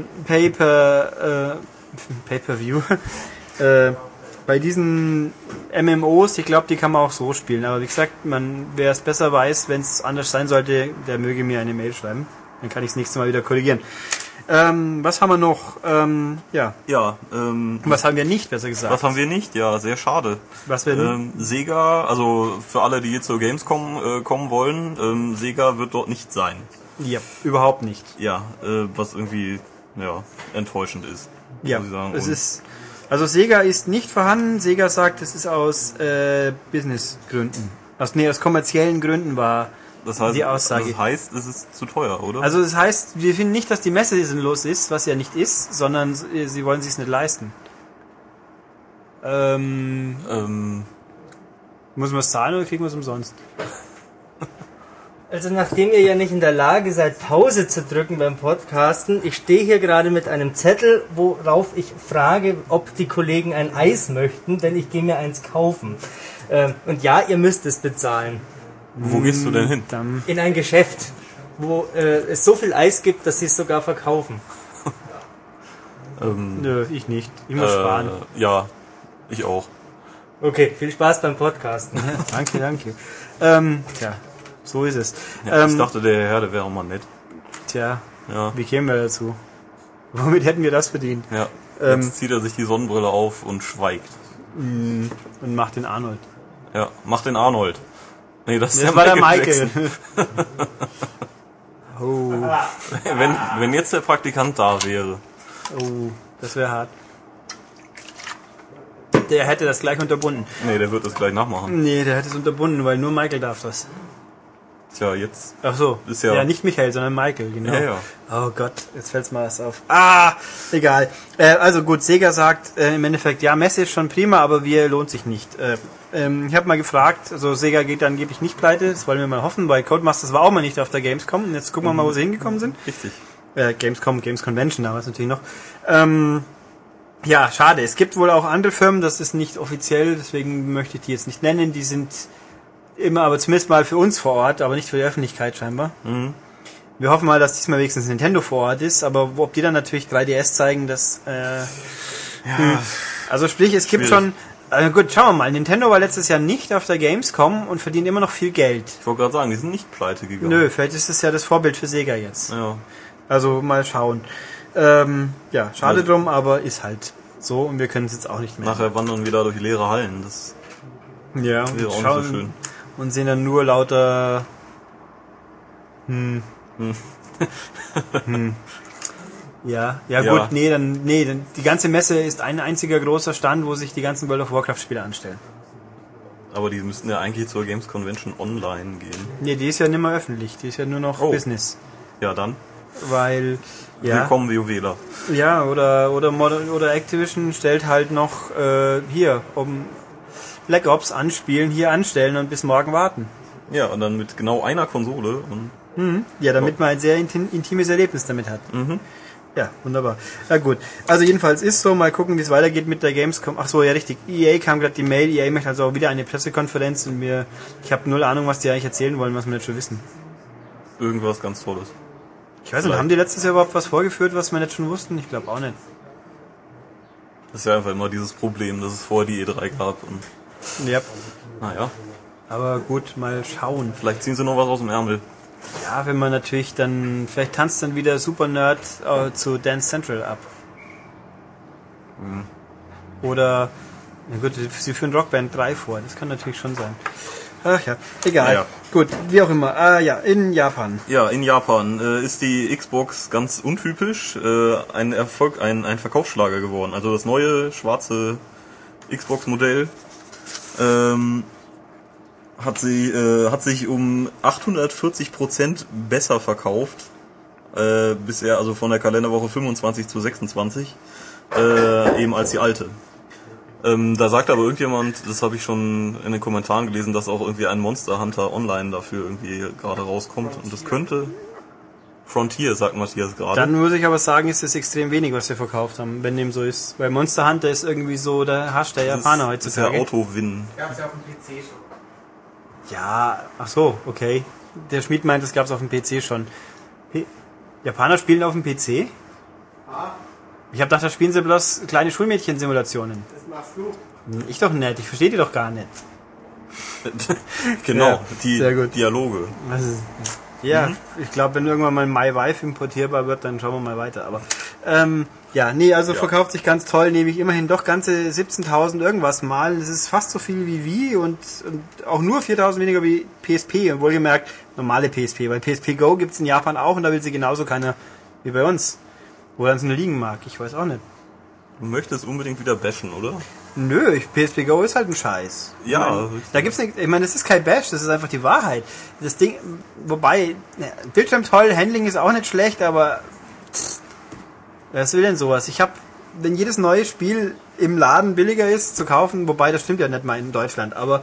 Pay-per-View bei diesen MMOs, ich glaube, die kann man auch so spielen. Aber wie gesagt, wer es besser weiß, wenn es anders sein sollte, der möge mir eine Mail schreiben. Dann kann ich das nächste Mal wieder korrigieren. Was haben wir noch? Ja. Ja, Was haben wir nicht, besser gesagt? was haben wir nicht? Ja, sehr schade. Was wir Sega, also für alle, die jetzt zur Gamescom kommen wollen, Sega wird dort nicht sein. Ja, überhaupt nicht. Ja, was irgendwie, ja, enttäuschend ist. Ja, muss ich sagen. es Und ist... Also Sega ist nicht vorhanden. Sega sagt, es ist aus Businessgründen. Aus kommerziellen Gründen war das heißt, die Aussage. Das heißt, es ist zu teuer, oder? Also das heißt, wir finden nicht, dass die Messe sinnlos ist, was ja nicht ist, sondern sie wollen sich es nicht leisten. Muss man es zahlen oder kriegen wir es umsonst? Also nachdem ihr ja nicht in der Lage seid, Pause zu drücken beim Podcasten, ich stehe hier gerade mit einem Zettel, worauf ich frage, ob die Kollegen ein Eis möchten, denn ich gehe mir eins kaufen. Und ja, ihr müsst es bezahlen. Wo gehst du denn hin? Dann In ein Geschäft, wo es so viel Eis gibt, dass sie es sogar verkaufen. nö, ich nicht. Ich muss sparen. Ja, ich auch. Okay, viel Spaß beim Podcasten. Danke. Tja, so ist es. Ja, ich dachte, der Herr, der wäre mal nett. Tja, Ja, wie kämen wir dazu? Womit hätten wir das verdient? ja. Jetzt zieht er sich die Sonnenbrille auf und schweigt. Und macht den Arnold. Ja, mach den Arnold. Nee, das ist Das ja war der Michael Michael. Oh, Jackson. Wenn jetzt der Praktikant da wäre. oh, das wäre hart. Der hätte das gleich unterbunden. Nee, der wird das gleich nachmachen. Nee, der hätte es unterbunden, weil nur Michael darf das. Tja, jetzt. Ach so, Ist ja- nicht Michael, sondern Michael, genau. Ja, ja. Oh Gott, jetzt fällt's mal was auf. Egal. Also gut, Sega sagt im Endeffekt, ja, Messe ist schon prima, aber wir lohnt sich nicht. Ich habe mal gefragt, also Sega geht angeblich nicht pleite, das wollen wir mal hoffen, weil Codemasters war auch mal nicht auf der Gamescom. Und jetzt gucken wir mal, wo sie hingekommen sind. Richtig. Games Convention damals natürlich noch. Ja, schade. Es gibt wohl auch andere Firmen, das ist nicht offiziell, deswegen möchte ich die jetzt nicht nennen. Die sind immer, aber zumindest mal für uns vor Ort, aber nicht für die Öffentlichkeit scheinbar. Wir hoffen mal, dass diesmal wenigstens Nintendo vor Ort ist, aber ob die dann natürlich 3DS zeigen, das... Also sprich, es gibt Schwierig. schon... gut, schauen wir mal. Nintendo war letztes Jahr nicht auf der Gamescom und verdient immer noch viel Geld. Ich wollte gerade sagen, die sind nicht pleite gegangen. Nö, vielleicht ist es ja das Vorbild für Sega jetzt. Ja. Also mal schauen. Ja, schade Also- drum, aber ist halt so und wir können es jetzt auch nicht mehr. Nachher wandern wir da durch leere Hallen. Das Ja, und wäre auch nicht schauen so schön. und sehen dann nur lauter Ja, Ja. gut, dann die ganze Messe ist ein einziger großer Stand, wo sich die ganzen World of Warcraft Spiele anstellen. Aber die müssten ja eigentlich zur Games Convention online gehen. Nee, die ist ja nicht mehr öffentlich, die ist ja nur noch Oh. Business, Ja, dann. weil ja, Willkommen, WoWler. ja oder Activision stellt halt noch hier Black Ops anspielen, hier anstellen und bis morgen warten. Ja, und dann mit genau einer Konsole. Und Ja, damit man ein sehr intimes Erlebnis damit hat. Mhm. Ja, wunderbar. Na gut. Also jedenfalls ist so, mal gucken, wie es weitergeht mit der Gamescom. Ach so, ja richtig. EA kam gerade die Mail, EA möchte also auch wieder eine Pressekonferenz und ich habe null Ahnung, was die eigentlich erzählen wollen, was wir nicht schon wissen. irgendwas ganz Tolles. Ich weiß nicht, haben die letztes Jahr überhaupt was vorgeführt, was wir nicht schon wussten? Ich glaube auch nicht. Das ist ja einfach immer dieses Problem, dass es vorher die E3 gab. Und Ja. naja, Aber gut, mal schauen. vielleicht ziehen sie noch was aus dem Ärmel. Ja, wenn man natürlich dann, vielleicht tanzt dann wieder Super Nerd zu Dance Central ab. Oder, na gut, sie führen Rockband 3 vor, das kann natürlich schon sein. Ach ja, egal. Naja. Gut, wie auch immer. Ja, in Japan. Ja, in Japan ist die Xbox ganz untypisch ein Erfolg, ein Verkaufsschlager geworden. Also das neue schwarze Xbox-Modell hat sich um 840% besser verkauft. Bisher, also von der Kalenderwoche 25 zu 26, eben als die alte. Da sagt aber irgendjemand, das habe ich schon in den Kommentaren gelesen, dass auch irgendwie ein Monster Hunter Online dafür irgendwie gerade rauskommt. Und das könnte Frontier, sagt Matthias gerade. Dann muss ich aber sagen, ist es extrem wenig, was wir verkauft haben, wenn dem so ist. Weil Monster Hunter ist irgendwie so der Hasch der Japaner Das ist ja heutzutage. Auto-Win. Gab's ja auf dem PC schon. Ja, ach so, okay. Der Schmied meint, das gab's auf dem PC schon. Japaner spielen auf dem PC? Ich hab gedacht, da spielen sie bloß kleine Schulmädchen-Simulationen. Das machst du. Ich doch nicht, ich verstehe die doch gar nicht. Genau, Ja, die sehr gut. Dialoge. Ja, ich glaube, wenn irgendwann mal MyWife importierbar wird, dann schauen wir mal weiter. Aber verkauft sich ganz toll, nehme ich immerhin doch ganze 17.000 irgendwas mal. Das ist fast so viel wie Wii und auch nur 4.000 weniger wie PSP. Und wohlgemerkt, normale PSP, weil PSP Go gibt's in Japan auch und da will sie genauso keiner wie bei uns. Wo dann so eine liegen mag, ich weiß auch nicht. Du möchtest unbedingt wieder bashen, oder? Nö, PSP Go ist halt ein Scheiß. Ja, Da gibt's nicht, ich meine, das ist kein Bash, das ist einfach die Wahrheit. Das Ding, wobei, Bildschirm toll, Handling ist auch nicht schlecht, aber was will denn sowas? Wenn jedes neue Spiel im Laden billiger ist zu kaufen, wobei das stimmt ja nicht mal in Deutschland, aber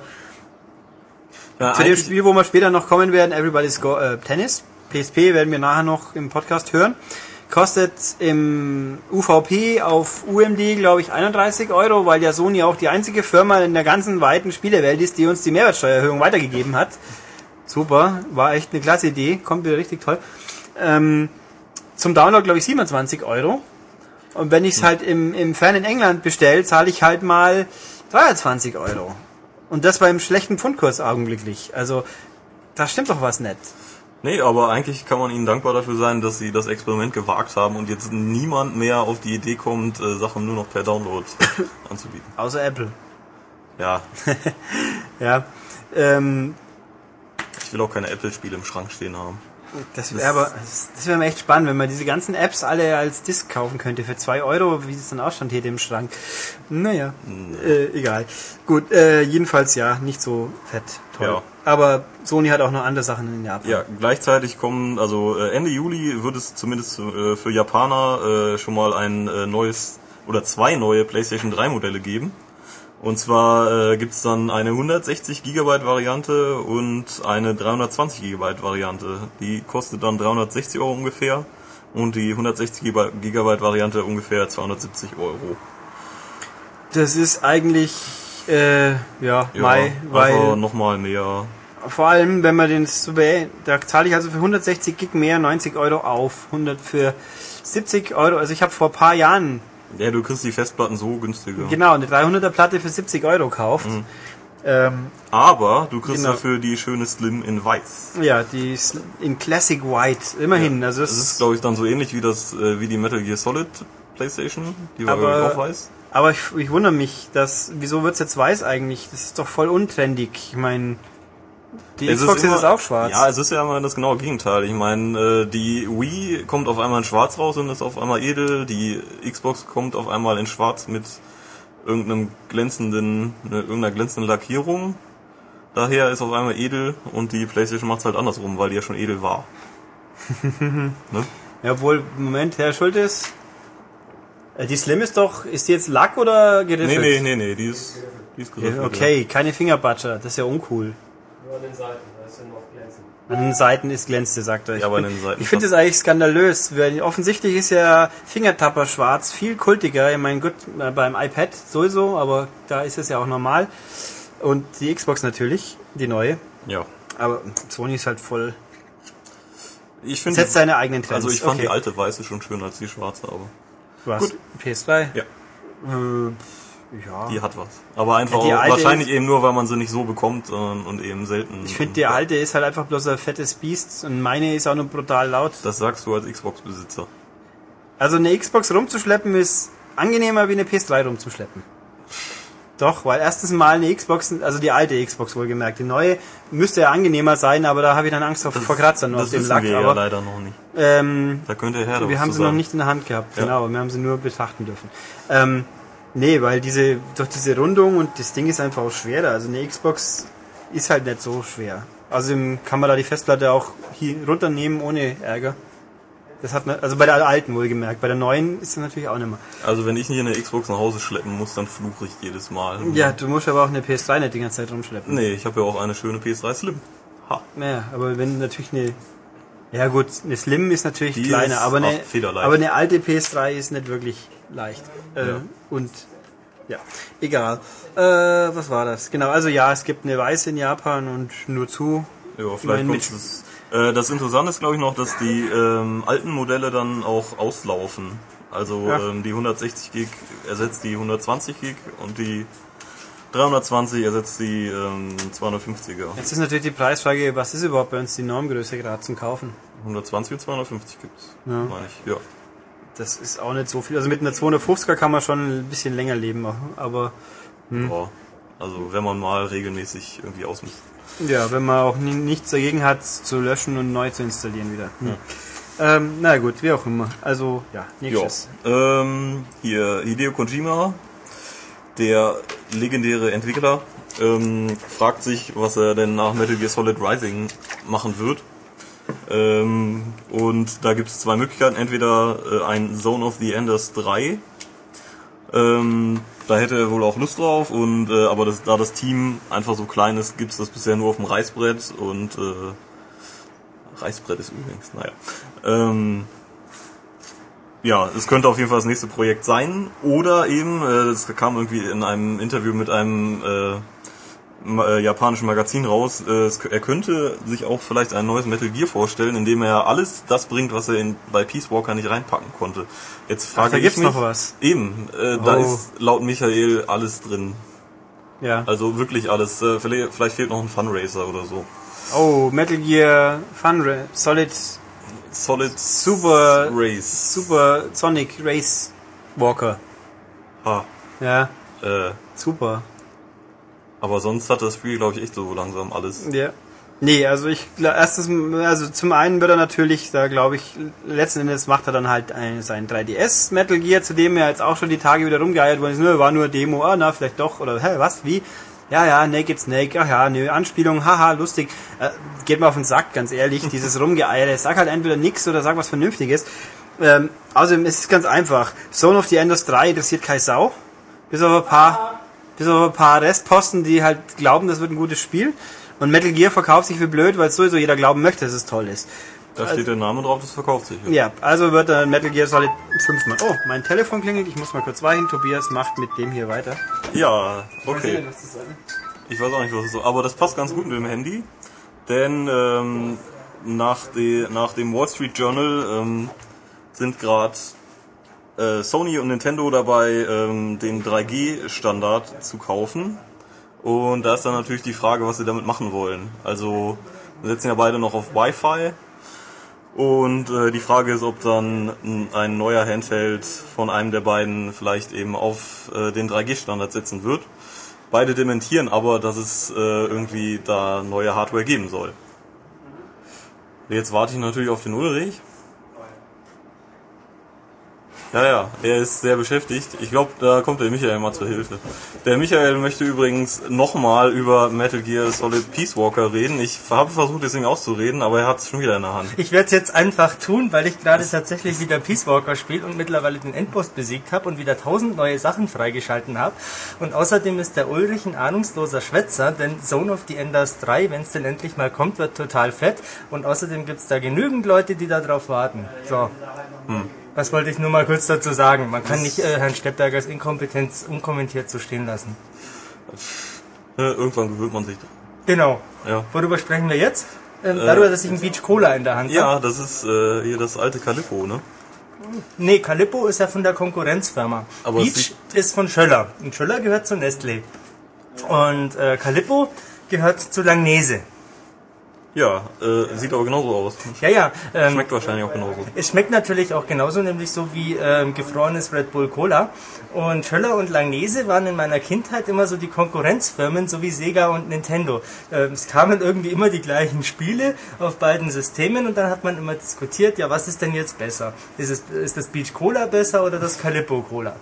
ja, zu dem Spiel, wo wir später noch kommen werden, Everybody's Tennis, PSP werden wir nachher noch im Podcast hören, kostet im UVP auf UMD, glaube ich, 31 €, weil ja Sony auch die einzige Firma in der ganzen weiten Spielewelt ist, die uns die Mehrwertsteuererhöhung weitergegeben hat. Super, war echt eine klasse Idee, kommt wieder richtig toll. Zum Download, glaube ich, 27 €. Und wenn ich es halt im fernen England bestelle, zahle ich halt mal 23 €. Und das beim schlechten Pfundkurs augenblicklich. Also, da stimmt doch was nicht. Nee, aber eigentlich kann man ihnen dankbar dafür sein, dass sie das Experiment gewagt haben und jetzt niemand mehr auf die Idee kommt, Sachen nur noch per Download anzubieten. Außer Apple. Ja, Ja. ich will auch keine Apple-Spiele im Schrank stehen haben. Das wäre mir echt spannend, wenn man diese ganzen Apps alle als Disc kaufen könnte für 2 €, wie es dann ausschaut hier im Schrank. Naja, egal. Gut, jedenfalls ja, nicht so fett. Toll. Ja. Aber Sony hat auch noch andere Sachen in Japan. Ja, gleichzeitig kommen, also Ende Juli wird es zumindest für Japaner schon mal ein neues oder 2 neue PlayStation 3 Modelle geben. Und zwar gibt's dann eine 160 GB Variante und eine 320 GB Variante. Die kostet dann 360 € ungefähr und die 160 GB Variante ungefähr 270 €. Das ist eigentlich, weil einfach nochmal mehr. vor allem, wenn man den da zahle ich also für 160 Gig mehr 90 € auf, 100 für 70 €. Also ich habe vor ein paar Jahren Ja, du kriegst die Festplatten so günstiger. genau eine 300er Platte für 70 € gekauft. Aber du kriegst Genau. dafür die schöne Slim in Weiß. Ja, die ist in Classic White, immerhin. Ja, Also das ist, glaube ich, dann so ähnlich wie die Metal Gear Solid PlayStation, die war, Aber- glaube ich, auch weiß. aber ich wundere mich, wieso wird's jetzt weiß eigentlich? Das ist doch voll untrendig. Ich meine, die Xbox ist jetzt auch schwarz. Ja, es ist ja immer das genaue Gegenteil. Ich meine, die Wii kommt auf einmal in schwarz raus und ist auf einmal edel. Die Xbox kommt auf einmal in schwarz mit irgendeiner glänzenden Lackierung. Daher ist auf einmal edel und die PlayStation macht's halt andersrum, weil die ja schon edel war. Ne? Ja, obwohl, Moment, Herr Schultes, die Slim ist die jetzt Lack oder geriffelt? Nee, die ist geriffelt. Ja, okay, keine Fingerbutter, das ist ja uncool. Nur an den Seiten, da ist ja noch glänzend. An den Seiten ist glänzte, sagt er. Ja, aber an den Seiten Ich finde das eigentlich skandalös, weil offensichtlich ist ja Fingertapper schwarz viel kultiger. Ich meine, gut, beim iPad sowieso, aber da ist es ja auch normal. Und die Xbox natürlich, die neue. Ja. Aber Sony ist halt voll, Ich finde, setzt seine eigenen Trends. also ich fand Okay. die alte weiße schon schöner als die schwarze, aber Was? Gut. PS3? ja. Ja. Die hat was. Aber einfach Ja, die auch, alte wahrscheinlich eben nur, weil man sie nicht so bekommt und eben selten. Ich finde, die alte ist halt einfach bloß ein fettes Biest und meine ist auch nur brutal laut. Das sagst du als Xbox-Besitzer. Also eine Xbox rumzuschleppen ist angenehmer wie eine PS3 rumzuschleppen. Doch, weil erstens mal eine Xbox, also die alte Xbox wohlgemerkt, die neue müsste ja angenehmer sein, aber da habe ich dann Angst vor Kratzern nur auf dem Lack. Das wissen wir ja leider noch nicht. Da könnte der Herr wir haben sie noch nicht in der Hand gehabt, genau, wir haben sie nur betrachten dürfen. Nee, weil durch diese Rundung und das Ding ist einfach auch schwerer. Also eine Xbox ist halt nicht so schwer. Also kann man da die Festplatte auch hier runternehmen ohne Ärger. Das hat man, also bei der alten wohlgemerkt. Bei der neuen ist das natürlich auch nicht mehr. Also wenn ich nicht eine Xbox nach Hause schleppen muss, dann fluche ich jedes Mal. Ja, du musst aber auch eine PS3 nicht die ganze Zeit rumschleppen. Nee, ich habe ja auch eine schöne PS3 Slim. Ha. Naja, aber wenn natürlich ja gut, eine Slim ist natürlich Die kleiner, ist aber federleicht. eine alte PS3 ist nicht wirklich leicht. Und ja, egal. Was war das? Genau, also ja, es gibt eine weiße in Japan und nur zu. Ja, vielleicht kommt es. Das Interessante ist, glaube ich, noch, dass die alten Modelle dann auch auslaufen. Also die 160 Gig ersetzt die 120 Gig und die 320 ersetzt die 250er. Jetzt ist natürlich die Preisfrage, was ist überhaupt bei uns die Normgröße gerade zum Kaufen? 120 und 250 gibt's, meine ich. Ja. Das ist auch nicht so viel. Also mit einer 250er kann man schon ein bisschen länger leben, aber... Ja, also wenn man mal regelmäßig irgendwie ausmisst. Ja, wenn man auch nichts dagegen hat, zu löschen und neu zu installieren wieder. Na gut, wie auch immer. Also, ja, nächstes. Hier, Hideo Kojima, der legendäre Entwickler, fragt sich, was er denn nach Metal Gear Solid Rising machen wird. Und da gibt es zwei Möglichkeiten. Entweder ein Zone of the Enders 3. Da hätte er wohl auch Lust drauf, und aber da das Team einfach so klein ist, gibt's das bisher nur auf dem Reißbrett, und Reißbrett ist übrigens, naja. Ja, es könnte auf jeden Fall das nächste Projekt sein. Oder eben, das kam irgendwie in einem Interview mit einem japanischen Magazin raus, er könnte sich auch vielleicht ein neues Metal Gear vorstellen, indem er alles das bringt, was er bei Peace Walker nicht reinpacken konnte. Jetzt frage ich mich, noch was. Eben, da ist laut Michael alles drin. Ja. Also wirklich alles. Vielleicht fehlt noch ein Funracer oder so. Oh, Metal Gear Solid Super Race. Super Sonic Race Walker. Ha. Ja. Super. Aber sonst hat das Spiel, glaube ich, echt so langsam alles. Ja. Nee, also also zum einen wird er natürlich, da glaube ich, letzten Endes macht er dann halt sein 3DS Metal Gear, zu dem er jetzt auch schon die Tage wieder rumgeeiert worden ist, war nur Demo, vielleicht doch, oder was, wie? Ja, Naked Snake, ach ja, nö, Anspielung, haha, lustig. Geht mir auf den Sack, ganz ehrlich, dieses Rumgeeiere. Sag halt entweder nix oder sag was Vernünftiges. Außerdem ist es ganz einfach. Zone of the Enders 3 interessiert keine Sau. Bis auf ein paar Restposten, die halt glauben, das wird ein gutes Spiel. Und Metal Gear verkauft sich wie blöd, weil sowieso jeder glauben möchte, dass es toll ist. Da steht der Name drauf, das verkauft sich. Ja, also wird dann Metal Gear Solid 5 mal. Oh, mein Telefon klingelt, ich muss mal kurz weichen. Tobias macht mit dem hier weiter. Ja, okay. Ich weiß auch nicht, was das ist. Aber das passt ganz gut mit dem Handy. Denn nach dem Wall Street Journal sind gerade Sony und Nintendo dabei, den 3G-Standard zu kaufen. Und da ist dann natürlich die Frage, was sie damit machen wollen. Also, wir setzen ja beide noch auf Wi-Fi. Und die Frage ist, ob dann ein neuer Handheld von einem der beiden vielleicht eben auf den 3G-Standard setzen wird. Beide dementieren aber, dass es irgendwie da neue Hardware geben soll. Jetzt warte ich natürlich auf den Ulrich. Ja, er ist sehr beschäftigt. Ich glaube, da kommt der Michael mal zur Hilfe. Der Michael möchte übrigens nochmal über Metal Gear Solid Peace Walker reden. Ich habe versucht, es ihm auszureden, aber er hat es schon wieder in der Hand. Ich werde es jetzt einfach tun, weil ich gerade tatsächlich wieder Peace Walker spiele und mittlerweile den Endboss besiegt habe und wieder 1000 neue Sachen freigeschalten habe. Und außerdem ist der Ulrich ein ahnungsloser Schwätzer, denn Zone of the Enders 3, wenn es denn endlich mal kommt, wird total fett. Und außerdem gibt es da genügend Leute, die da drauf warten. So. Was wollte ich nur mal kurz dazu sagen? Man kann nicht Herrn Steppbergers Inkompetenz unkommentiert so stehen lassen. Irgendwann gewöhnt man sich. Genau. Ja. Worüber sprechen wir jetzt? Darüber, dass ich ein Beach Cola in der Hand habe. Ja, das ist hier das alte Calippo, ne? Nee, Calippo ist ja von der Konkurrenzfirma. Aber es Beach ist von Schöller. Und Schöller gehört zu Nestlé. Und Calippo gehört zu Langnese. Ja, sieht aber genauso aus. Ja. Schmeckt wahrscheinlich auch genauso. Es schmeckt natürlich auch genauso, nämlich so wie gefrorenes Red Bull Cola. Und Schöller und Langnese waren in meiner Kindheit immer so die Konkurrenzfirmen, so wie Sega und Nintendo. Es kamen irgendwie immer die gleichen Spiele auf beiden Systemen und dann hat man immer diskutiert, ja, was ist denn jetzt besser? Ist das Beach Cola besser oder das Calippo Cola?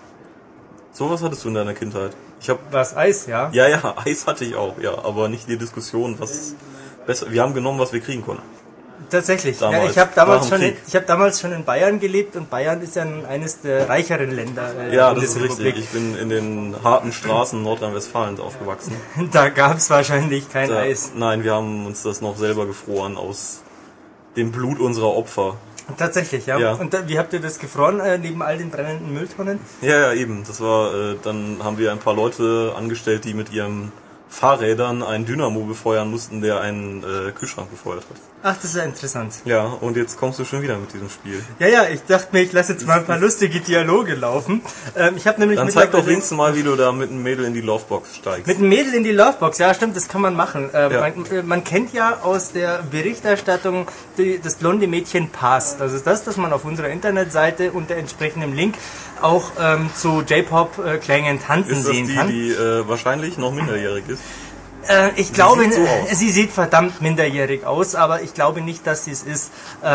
Sowas hattest du in deiner Kindheit? Was, Eis, ja? Ja, Eis hatte ich auch, ja, aber nicht die Diskussion, was besser. Wir haben genommen, was wir kriegen konnten. Tatsächlich. Damals, ja, ich habe nach dem damals schon in Bayern gelebt und Bayern ist ja eines der reicheren Länder Ja, der das ist richtig. Ich bin in den harten Straßen Nordrhein-Westfalens aufgewachsen. Da gab es wahrscheinlich kein Eis. Nein, wir haben uns das noch selber gefroren aus dem Blut unserer Opfer. Tatsächlich, ja. Ja. Und wie habt ihr das gefroren, neben all den brennenden Mülltonnen? Ja, eben. Das war, dann haben wir ein paar Leute angestellt, die mit ihren Fahrrädern einen Dynamo befeuern mussten, der einen Kühlschrank befeuert hat. Ach, das ist ja interessant. Ja, und jetzt kommst du schon wieder mit diesem Spiel. Ja, ich dachte mir, ich lasse jetzt mal ein paar lustige Dialoge laufen. Ich habe nämlich Dann zeig doch wenigstens mal, wie du da mit einem Mädel in die Lovebox steigst. Mit einem Mädel in die Lovebox, ja stimmt, das kann man machen. Man kennt ja aus der Berichterstattung das blonde Mädchen Paz. Das ist das man auf unserer Internetseite unter entsprechendem Link auch zu J-Pop-Klängen tanzen sehen kann. Ist das die wahrscheinlich noch minderjährig ist? Ich glaube, sieht so aus. sie sieht verdammt minderjährig aus, aber ich glaube nicht, dass sie es ist.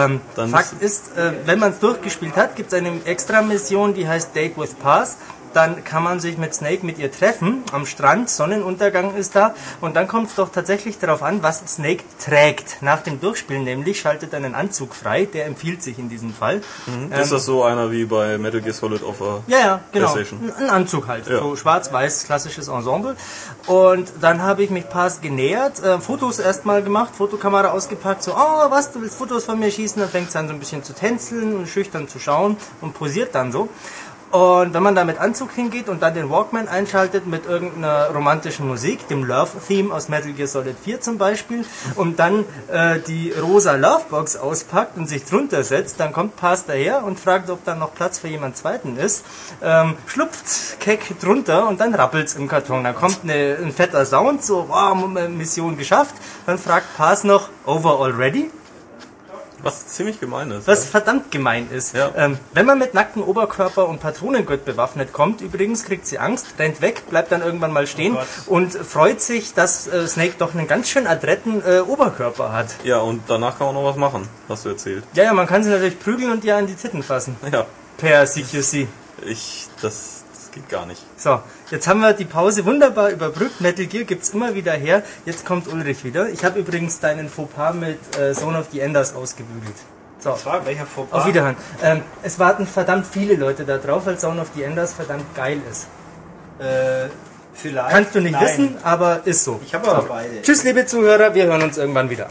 Fakt ist, wenn man es durchgespielt hat, gibt es eine Extra-Mission, die heißt Date with Paz. Dann kann man sich mit Snake mit ihr treffen am Strand, Sonnenuntergang ist da und dann kommt es doch tatsächlich darauf an, was Snake trägt. Nach dem Durchspielen nämlich schaltet er einen Anzug frei, der empfiehlt sich in diesem Fall. Ist das so einer wie bei Metal Gear Solid auf der Ja, genau. PlayStation? Ein Anzug halt, Ja. so schwarz-weiß, klassisches Ensemble. Und dann habe ich mich Paz genähert, Fotos erstmal gemacht, Fotokamera ausgepackt, so, oh, was, du willst Fotos von mir schießen? Dann fängt es an so ein bisschen zu tänzeln und schüchtern zu schauen und posiert dann so. Und wenn man da mit Anzug hingeht und dann den Walkman einschaltet mit irgendeiner romantischen Musik, dem Love-Theme aus Metal Gear Solid 4 zum Beispiel, und dann die rosa Lovebox auspackt und sich drunter setzt, dann kommt Paz daher und fragt, ob da noch Platz für jemand Zweiten ist, schlupft keck drunter und dann rappelt's im Karton. Dann kommt ein fetter Sound, so, wow, Mission geschafft. Dann fragt Paz noch, over already? Was ziemlich gemein ist. Was verdammt gemein ist. Ja. Wenn man mit nacktem Oberkörper und Patronengurt bewaffnet kommt, übrigens kriegt sie Angst, rennt weg, bleibt dann irgendwann mal stehen und freut sich, dass Snake doch einen ganz schön adretten Oberkörper hat. Ja, und danach kann man noch was machen, hast du erzählt. Ja, man kann sie natürlich prügeln und ihr an die Titten fassen. Ja, Per CQC. das geht gar nicht. So, jetzt haben wir die Pause wunderbar überbrückt. Metal Gear gibt's immer wieder her. Jetzt kommt Ulrich wieder. Ich habe übrigens deinen Fauxpas mit Zone of the Enders ausgebügelt. So, Welcher Fauxpas? auf Wiederhören. Es warten verdammt viele Leute da drauf, weil Zone of the Enders verdammt geil ist. Vielleicht. Kannst du nicht Nein. wissen, aber ist so. Ich habe aber beide. Tschüss, liebe Zuhörer, wir hören uns irgendwann wieder.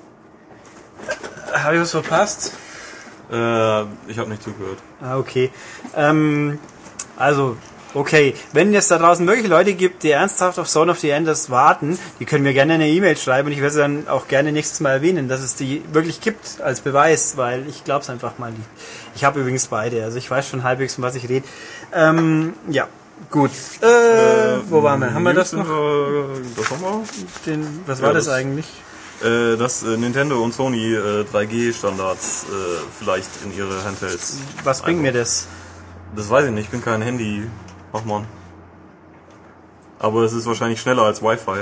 Habe ich was verpasst? Ich habe nicht zugehört. Ah, okay. Also, okay. Wenn es da draußen wirklich Leute gibt, die ernsthaft auf Zone of the Enders warten, die können mir gerne eine E-Mail schreiben und ich werde sie dann auch gerne nächstes Mal erwähnen, dass es die wirklich gibt als Beweis, weil ich glaube es einfach mal nicht. Ich habe übrigens beide, also ich weiß schon halbwegs, von was ich rede. Ja, gut. Wo waren wir? Haben wir das noch? Das haben wir. Was Ja, war das das- eigentlich? Dass Nintendo und Sony 3G-Standards vielleicht in ihre Handhelds. Was bringt mir das? Das weiß ich nicht, ich bin kein Handy-Fachmann. Aber es ist wahrscheinlich schneller als Wi-Fi.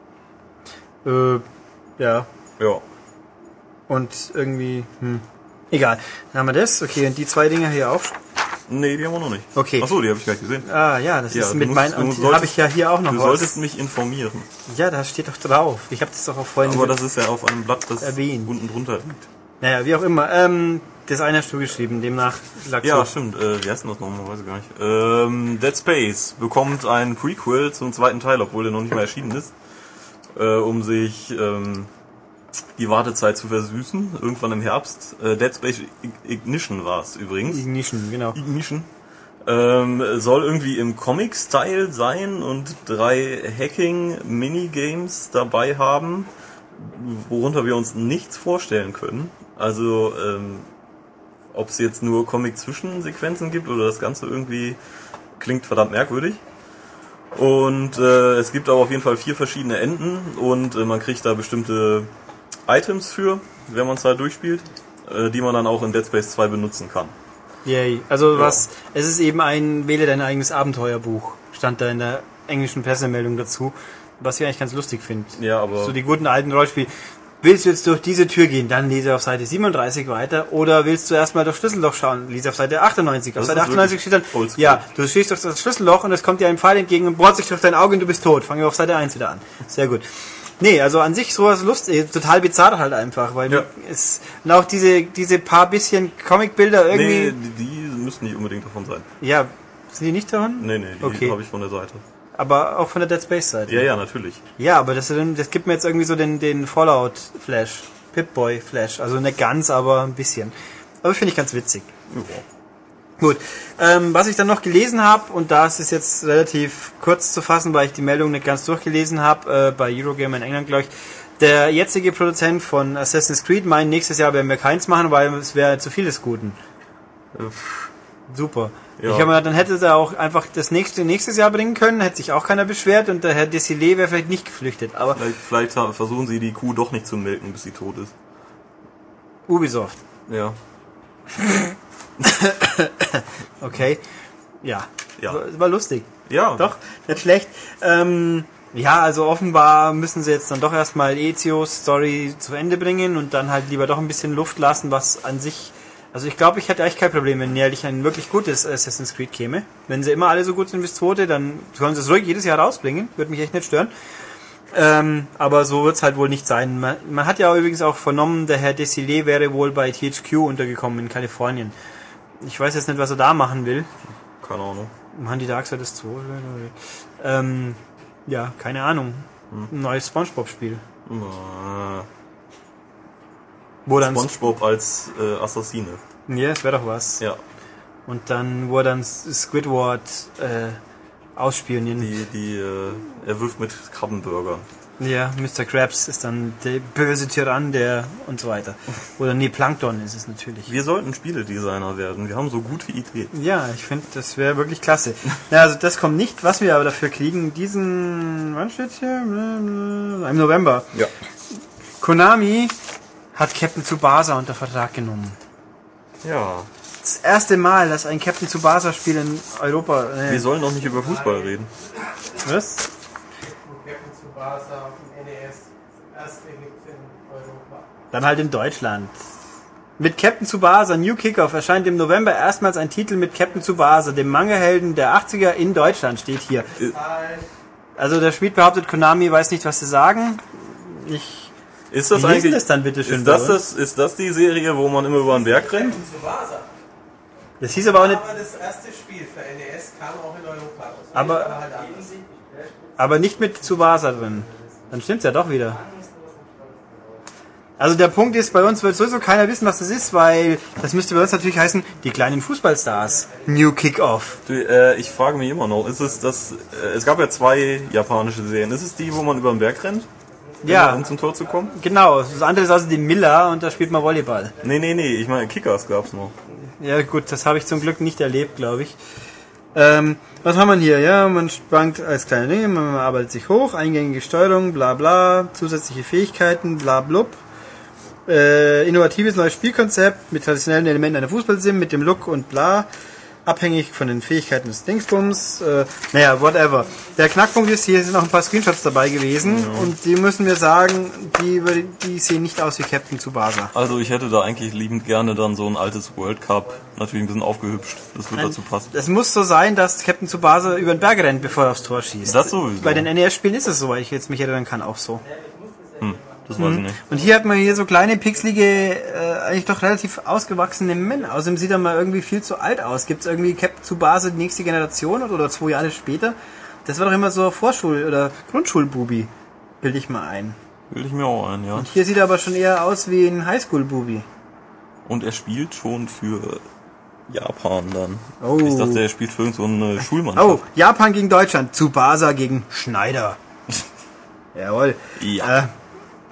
Ja. Ja. Und irgendwie, egal. Dann haben wir das. Okay, und die zwei Dinger hier auch. Nee, die haben wir noch nicht. Okay. Achso, die habe ich gar nicht gesehen. Ah, ja, das Ja, ist du mit musst- meinen, du und solltest- habe ich ja hier auch noch Du was. solltest mich informieren. Ja, da steht doch drauf. Ich habe das doch auch vorhin Aber das ist ja auf einem Blatt, das erwähnt. unten drunter liegt. Naja, wie auch immer. Das eine hast du geschrieben, demnach lag Ja, so. stimmt. Wie heißt denn das nochmal? Weiß ich gar nicht. Dead Space bekommt ein Prequel zum zweiten Teil, obwohl der noch nicht mal erschienen ist. Um sich die Wartezeit zu versüßen. Irgendwann im Herbst. Dead Space Ignition war es übrigens. Ignition, genau. Ignition. Soll irgendwie im Comic-Style sein und 3 Hacking-Minigames dabei haben, worunter wir uns nichts vorstellen können. Also Ob es jetzt nur Comic-Zwischensequenzen gibt oder das Ganze irgendwie klingt verdammt merkwürdig. Und es gibt aber auf jeden Fall 4 verschiedene Enden und man kriegt da bestimmte Items für, wenn man es halt durchspielt, die man dann auch in Dead Space 2 benutzen kann. Yay. Also es ist eben ein Wähle dein eigenes Abenteuerbuch, stand da in der englischen Pressemeldung dazu, was ich eigentlich ganz lustig finde. Ja, aber... So die guten alten Rollenspiele. Willst du jetzt durch diese Tür gehen, dann lese auf Seite 37 weiter, oder willst du erstmal durch Schlüsselloch schauen, lese auf Seite 98. Auf Seite 98 steht dann, ja, du stehst durch das Schlüsselloch und es kommt dir ein Pfeil entgegen und bohrt sich durch dein Auge und du bist tot. Fangen wir auf Seite 1 wieder an. Sehr gut. Nee, also an sich sowas lustig, total bizarr halt einfach, weil es, und auch diese paar bisschen Comicbilder irgendwie... Nee, die müssen nicht unbedingt davon sein. Ja, sind die nicht davon? Nee, die habe ich von der Seite. Aber auch von der Dead Space Seite? Ja, natürlich. Ja, aber das gibt mir jetzt irgendwie so den Fallout-Flash, Pip-Boy-Flash, also nicht ganz, aber ein bisschen. Aber finde ich ganz witzig. Ja. Gut, was ich dann noch gelesen habe, und da ist es jetzt relativ kurz zu fassen, weil ich die Meldung nicht ganz durchgelesen habe, bei Eurogamer in England, glaube ich, der jetzige Produzent von Assassin's Creed meint, nächstes Jahr werden wir keins machen, weil es wäre zu viel des Guten. Super. Ja. Ich habe mir gedacht, dann hätte er auch einfach das nächstes Jahr bringen können, hätte sich auch keiner beschwert und der Herr Desilets wäre vielleicht nicht geflüchtet. Aber vielleicht versuchen sie die Kuh doch nicht zu melken, bis sie tot ist. Ubisoft. Ja. Okay. Ja. War lustig. Ja. Doch, nicht schlecht. Ja, also offenbar müssen sie jetzt dann doch erstmal Ezios Story zu Ende bringen und dann halt lieber doch ein bisschen Luft lassen, was an sich... Also ich glaube, ich hätte echt kein Problem, wenn jährlich ein wirklich gutes Assassin's Creed käme. Wenn sie immer alle so gut sind wie das zweite, dann können sie es ruhig jedes Jahr rausbringen. Würde mich echt nicht stören. Aber so wird es halt wohl nicht sein. Man hat ja übrigens auch vernommen, der Herr Desilets wäre wohl bei THQ untergekommen in Kalifornien. Ich weiß jetzt nicht, was er da machen will. Keine Ahnung. Machen die Darksiders 2? Ja, keine Ahnung. Ein neues Spongebob-Spiel. Wo dann SpongeBob als Assassine. Ja, das wäre doch was. Ja. Und dann, wo er dann Squidward ausspionieren. Er wirft mit Krabbenburger. Ja, Mr. Krabs ist dann der böse Tyrann, der und so weiter. Oder nee, Plankton ist es natürlich. Wir sollten Spieledesigner werden. Wir haben so gute Ideen. Ja, ich finde, das wäre wirklich klasse. Ja, also das kommt nicht. Was wir aber dafür kriegen, wann steht's hier? Im November. Ja. Konami hat Captain Tsubasa unter Vertrag genommen. Ja. Das erste Mal, dass ein Captain Tsubasa Spiel in Europa... Wir sollen doch nicht über Fußball reden. Was? Captain Tsubasa auf dem NES erst gibt in Europa. Dann halt in Deutschland. Mit Captain Tsubasa New Kickoff erscheint im November erstmals ein Titel mit Captain Tsubasa, dem Manga-Helden der 80er in Deutschland, steht hier. Also der Schmied behauptet, Konami weiß nicht, was sie sagen. Ist das Wie eigentlich? hieß das dann bitte schön? Ist das die Serie, wo man immer über den Berg rennt? Das hieß aber auch nicht. Aber das erste Spiel für NES kam auch in Europa raus. Aber nicht mit Tsubasa drin. Dann stimmt's ja doch wieder. Also der Punkt ist, bei uns wird sowieso keiner wissen, was das ist, weil das müsste bei uns natürlich heißen, die kleinen Fußballstars. New Kickoff. Ich frage mich immer noch, ist es das, es gab ja 2 japanische Serien. Ist es die, wo man über den Berg rennt? Ja. Um zum Tor zu kommen? Genau. Das andere ist also die Miller und da spielt man Volleyball. Nee. Ich meine, Kickers gab's noch. Ja gut, das habe ich zum Glück nicht erlebt, glaube ich. Was haben wir hier? Ja, man spannt als kleiner Ding, man arbeitet sich hoch, eingängige Steuerung, bla bla, zusätzliche Fähigkeiten, bla blub. Innovatives neues Spielkonzept mit traditionellen Elementen einer Fußballsim, mit dem Look und bla. Abhängig von den Fähigkeiten des Dingsbums. Naja, whatever. Der Knackpunkt ist, hier sind noch ein paar Screenshots dabei gewesen und die müssen wir sagen, die sehen nicht aus wie Captain Tsubasa. Also ich hätte da eigentlich liebend gerne dann so ein altes World Cup, natürlich ein bisschen aufgehübscht, das wird dazu passen. Es muss so sein, dass Captain Tsubasa über den Berg rennt, bevor er aufs Tor schießt. Das sowieso. Bei den NES-Spielen ist es so, weil ich jetzt mich erinnern kann, auch so. Das weiß ich nicht. Und hier hat man hier so kleine, pixelige, eigentlich doch relativ ausgewachsene Männer. Außerdem sieht er mal irgendwie viel zu alt aus. Gibt es irgendwie Captain Tsubasa die nächste Generation oder 2 Jahre später? Das war doch immer so Vorschul- oder Grundschulbubi, bilde ich mal ein. Bilde ich mir auch ein, ja. Und hier sieht er aber schon eher aus wie ein Highschool-Bubi. Und er spielt schon für Japan dann. Oh. Ich dachte, er spielt für irgendeine Schulmannschaft. Oh, Japan gegen Deutschland. Tsubasa gegen Schneider. Jawohl. Ja.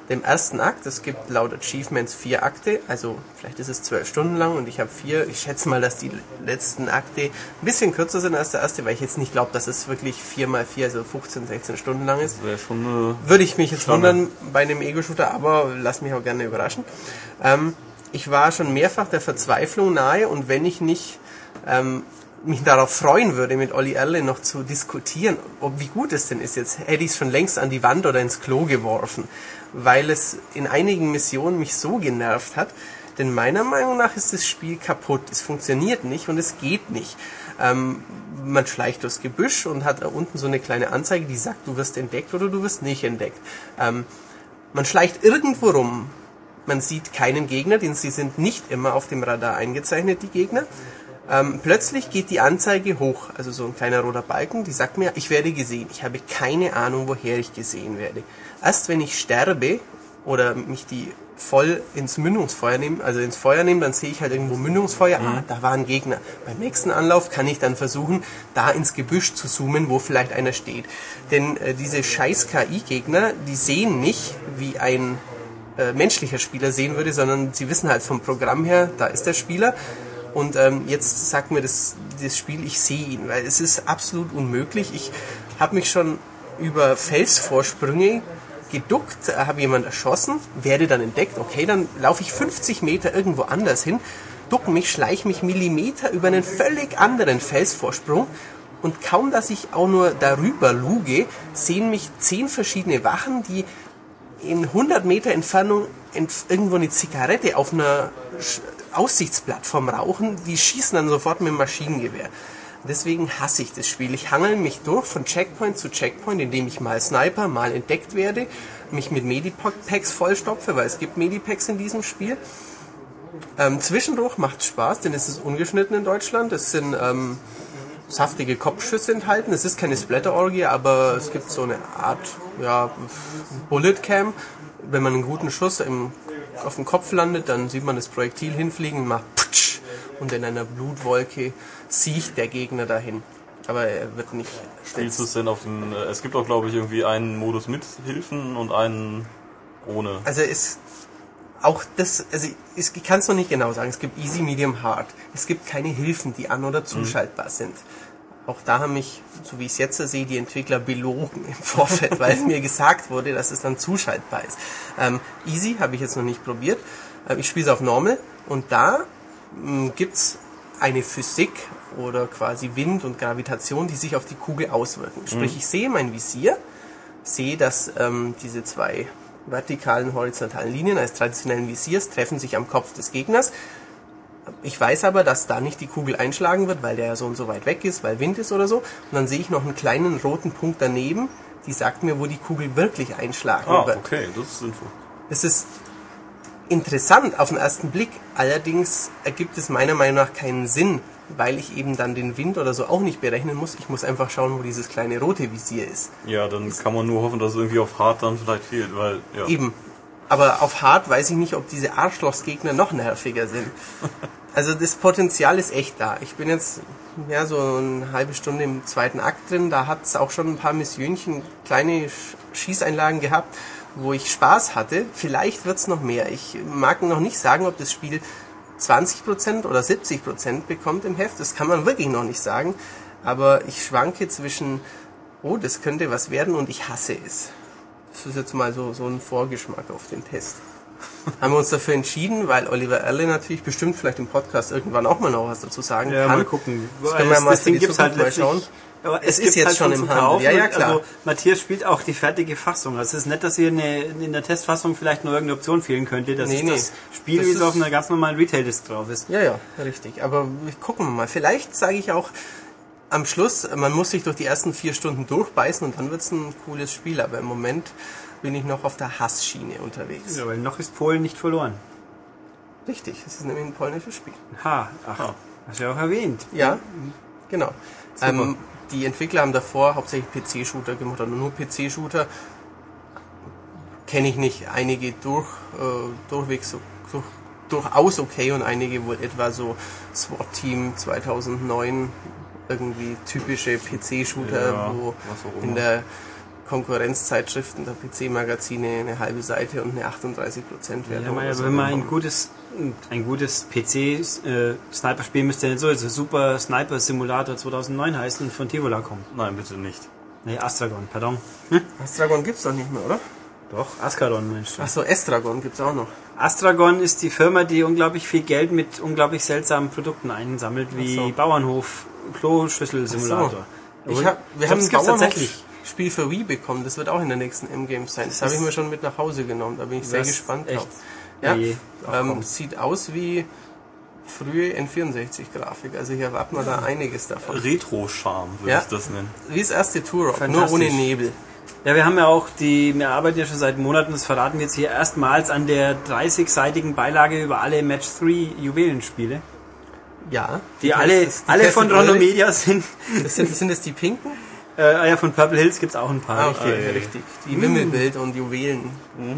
dem ersten Akt. Es gibt laut Achievements 4 Akte, also vielleicht ist es 12 Stunden lang und ich habe 4. Ich schätze mal, dass die letzten Akte ein bisschen kürzer sind als der erste, weil ich jetzt nicht glaube, dass es wirklich 4x4, also 15, 16 Stunden lang ist. Wäre schon Würde ich mich jetzt wundern bei einem Ego-Shooter, aber lass mich auch gerne überraschen. Ich war schon mehrfach der Verzweiflung nahe und wenn ich nicht mich darauf freuen würde, mit Olli Erle noch zu diskutieren, wie gut es denn ist jetzt, hätte ich es schon längst an die Wand oder ins Klo geworfen, weil es in einigen Missionen mich so genervt hat, denn meiner Meinung nach ist das Spiel kaputt, es funktioniert nicht und es geht nicht. Man schleicht durchs Gebüsch und hat da unten so eine kleine Anzeige, die sagt, du wirst entdeckt oder du wirst nicht entdeckt. Man schleicht irgendwo rum, man sieht keinen Gegner, denn sie sind nicht immer auf dem Radar eingezeichnet, die Gegner. Plötzlich geht die Anzeige hoch, also so ein kleiner roter Balken, die sagt mir, ich werde gesehen. Ich habe keine Ahnung, woher ich gesehen werde. Erst wenn ich sterbe oder mich die voll ins Mündungsfeuer nehme, also ins Feuer nehme, dann sehe ich halt irgendwo Mündungsfeuer, da war ein Gegner. Beim nächsten Anlauf kann ich dann versuchen, da ins Gebüsch zu zoomen, wo vielleicht einer steht. Denn diese scheiß KI-Gegner, die sehen nicht, wie ein menschlicher Spieler sehen würde, sondern sie wissen halt vom Programm her, da ist der Spieler. Und jetzt sagt mir das Spiel, ich sehe ihn, weil es ist absolut unmöglich. Ich habe mich schon über Felsvorsprünge geduckt, habe jemanden erschossen, werde dann entdeckt, okay, dann laufe ich 50 Meter irgendwo anders hin, duck mich, schleiche mich Millimeter über einen völlig anderen Felsvorsprung und kaum, dass ich auch nur darüber luge, sehen mich 10 verschiedene Wachen, die in 100 Meter Entfernung irgendwo eine Zigarette auf einer Aussichtsplattform rauchen, die schießen dann sofort mit dem Maschinengewehr. Deswegen hasse ich das Spiel. Ich hangel mich durch von Checkpoint zu Checkpoint, indem ich mal Sniper, mal entdeckt werde, mich mit Medipacks vollstopfe, weil es gibt Medipacks in diesem Spiel. Zwischendurch macht Spaß, denn es ist ungeschnitten in Deutschland. Es sind saftige Kopfschüsse enthalten. Es ist keine Splatter-Orgie, aber es gibt so eine Art Bullet Cam. Wenn man einen guten Schuss auf den Kopf landet, dann sieht man das Projektil hinfliegen und macht putsch, und in einer Blutwolke siecht der Gegner dahin. Aber er wird nicht... Spielst du es denn auf dem... Es gibt auch, glaube ich, irgendwie einen Modus mit Hilfen und einen ohne. Also ich kann es noch nicht genau sagen. Es gibt Easy, Medium, Hard. Es gibt keine Hilfen, die an- oder zuschaltbar sind. Auch da haben mich, so wie ich es jetzt sehe, die Entwickler belogen im Vorfeld, weil mir gesagt wurde, dass es dann zuschaltbar ist. Easy habe ich jetzt noch nicht probiert. Ich spiele es auf Normal und da gibt's eine Physik oder quasi Wind und Gravitation, die sich auf die Kugel auswirken. Sprich, ich sehe mein Visier, sehe, dass diese 2 vertikalen, horizontalen Linien als traditionellen Visiers treffen sich am Kopf des Gegners. Ich weiß aber, dass da nicht die Kugel einschlagen wird, weil der ja so und so weit weg ist, weil Wind ist oder so. Und dann sehe ich noch einen kleinen roten Punkt daneben, die sagt mir, wo die Kugel wirklich einschlagen wird. Okay, das ist sinnvoll. Es ist interessant auf den ersten Blick, allerdings ergibt es meiner Meinung nach keinen Sinn, weil ich eben dann den Wind oder so auch nicht berechnen muss. Ich muss einfach schauen, wo dieses kleine rote Visier ist. Ja, dann kann man nur hoffen, dass es irgendwie auf Hard dann vielleicht fehlt, weil... Ja. Eben. Aber auf Hard weiß ich nicht, ob diese Arschlochsgegner noch nerviger sind. Also das Potenzial ist echt da. Ich bin jetzt so eine halbe Stunde im zweiten Akt drin. Da hat es auch schon ein paar Missionchen, kleine Schießeinlagen gehabt, wo ich Spaß hatte. Vielleicht wird es noch mehr. Ich mag noch nicht sagen, ob das Spiel 20% oder 70% bekommt im Heft. Das kann man wirklich noch nicht sagen. Aber ich schwanke zwischen, das könnte was werden und ich hasse es. Das ist jetzt mal so ein Vorgeschmack auf den Test. Haben wir uns dafür entschieden, weil Oliver Erle natürlich bestimmt vielleicht im Podcast irgendwann auch mal noch was dazu sagen kann. Mal gucken. Das können wir mal das Ding gibt's halt mal schauen. Aber es ist jetzt halt schon im Handel. Ja, klar. Also Matthias spielt auch die fertige Fassung. Also es ist nicht, dass hier in der Testfassung vielleicht nur irgendeine Option fehlen könnte, dass das Spiel wie es auf einer ganz normalen Retail-Disc drauf ist. Ja, richtig. Aber gucken wir mal. Vielleicht sage ich auch am Schluss, man muss sich durch die ersten 4 Stunden durchbeißen und dann wird es ein cooles Spiel. Aber im Moment bin ich noch auf der Hassschiene unterwegs. Ja, weil noch ist Polen nicht verloren. Richtig, es ist nämlich ein polnisches Spiel. Hast du ja auch erwähnt. Ja, genau. Die Entwickler haben davor hauptsächlich PC-Shooter gemacht, oder nur PC-Shooter. Kenne ich nicht. Einige durchwegs durchaus okay und einige wohl etwa so SWAT-Team 2009, irgendwie typische PC-Shooter, wo in der Konkurrenzzeitschriften der PC-Magazine eine halbe Seite und eine 38% Wertung. Ja, aber wenn man ein gutes PC-Sniper-Spiel müsste ja nicht so also Super Sniper Simulator 2009 heißen und von Tivola kommen. Nein, bitte nicht. Nee, Astragon, pardon. Astragon gibt's doch nicht mehr, oder? Doch, Askadon, Mensch. Achso, Estragon gibt's auch noch. Astragon ist die Firma, die unglaublich viel Geld mit unglaublich seltsamen Produkten einsammelt, wie Ach so. Bauernhof, Kloschüssel-Simulator. Wir haben ein gibt's tatsächlich. Spiel für Wii bekommen, das wird auch in der nächsten M-Games sein. Das habe ich mir schon mit nach Hause genommen, da bin ich sehr gespannt drauf. Ja, sieht aus wie frühe N64-Grafik, also hier erwarten wir da einiges davon. Retro-Charme würde ich das nennen. Wie das erste Turok, nur ohne Nebel. Ja, wir haben ja auch wir arbeiten ja schon seit Monaten, das verraten wir jetzt hier erstmals an der 30-seitigen Beilage über alle Match 3 Juwelenspiele. Ja. Die alle von Rondo Media sind. Sind das die pinken? Ja, von Purple Hills gibt's auch ein paar. Richtig. Die Wimmelbild und Juwelen.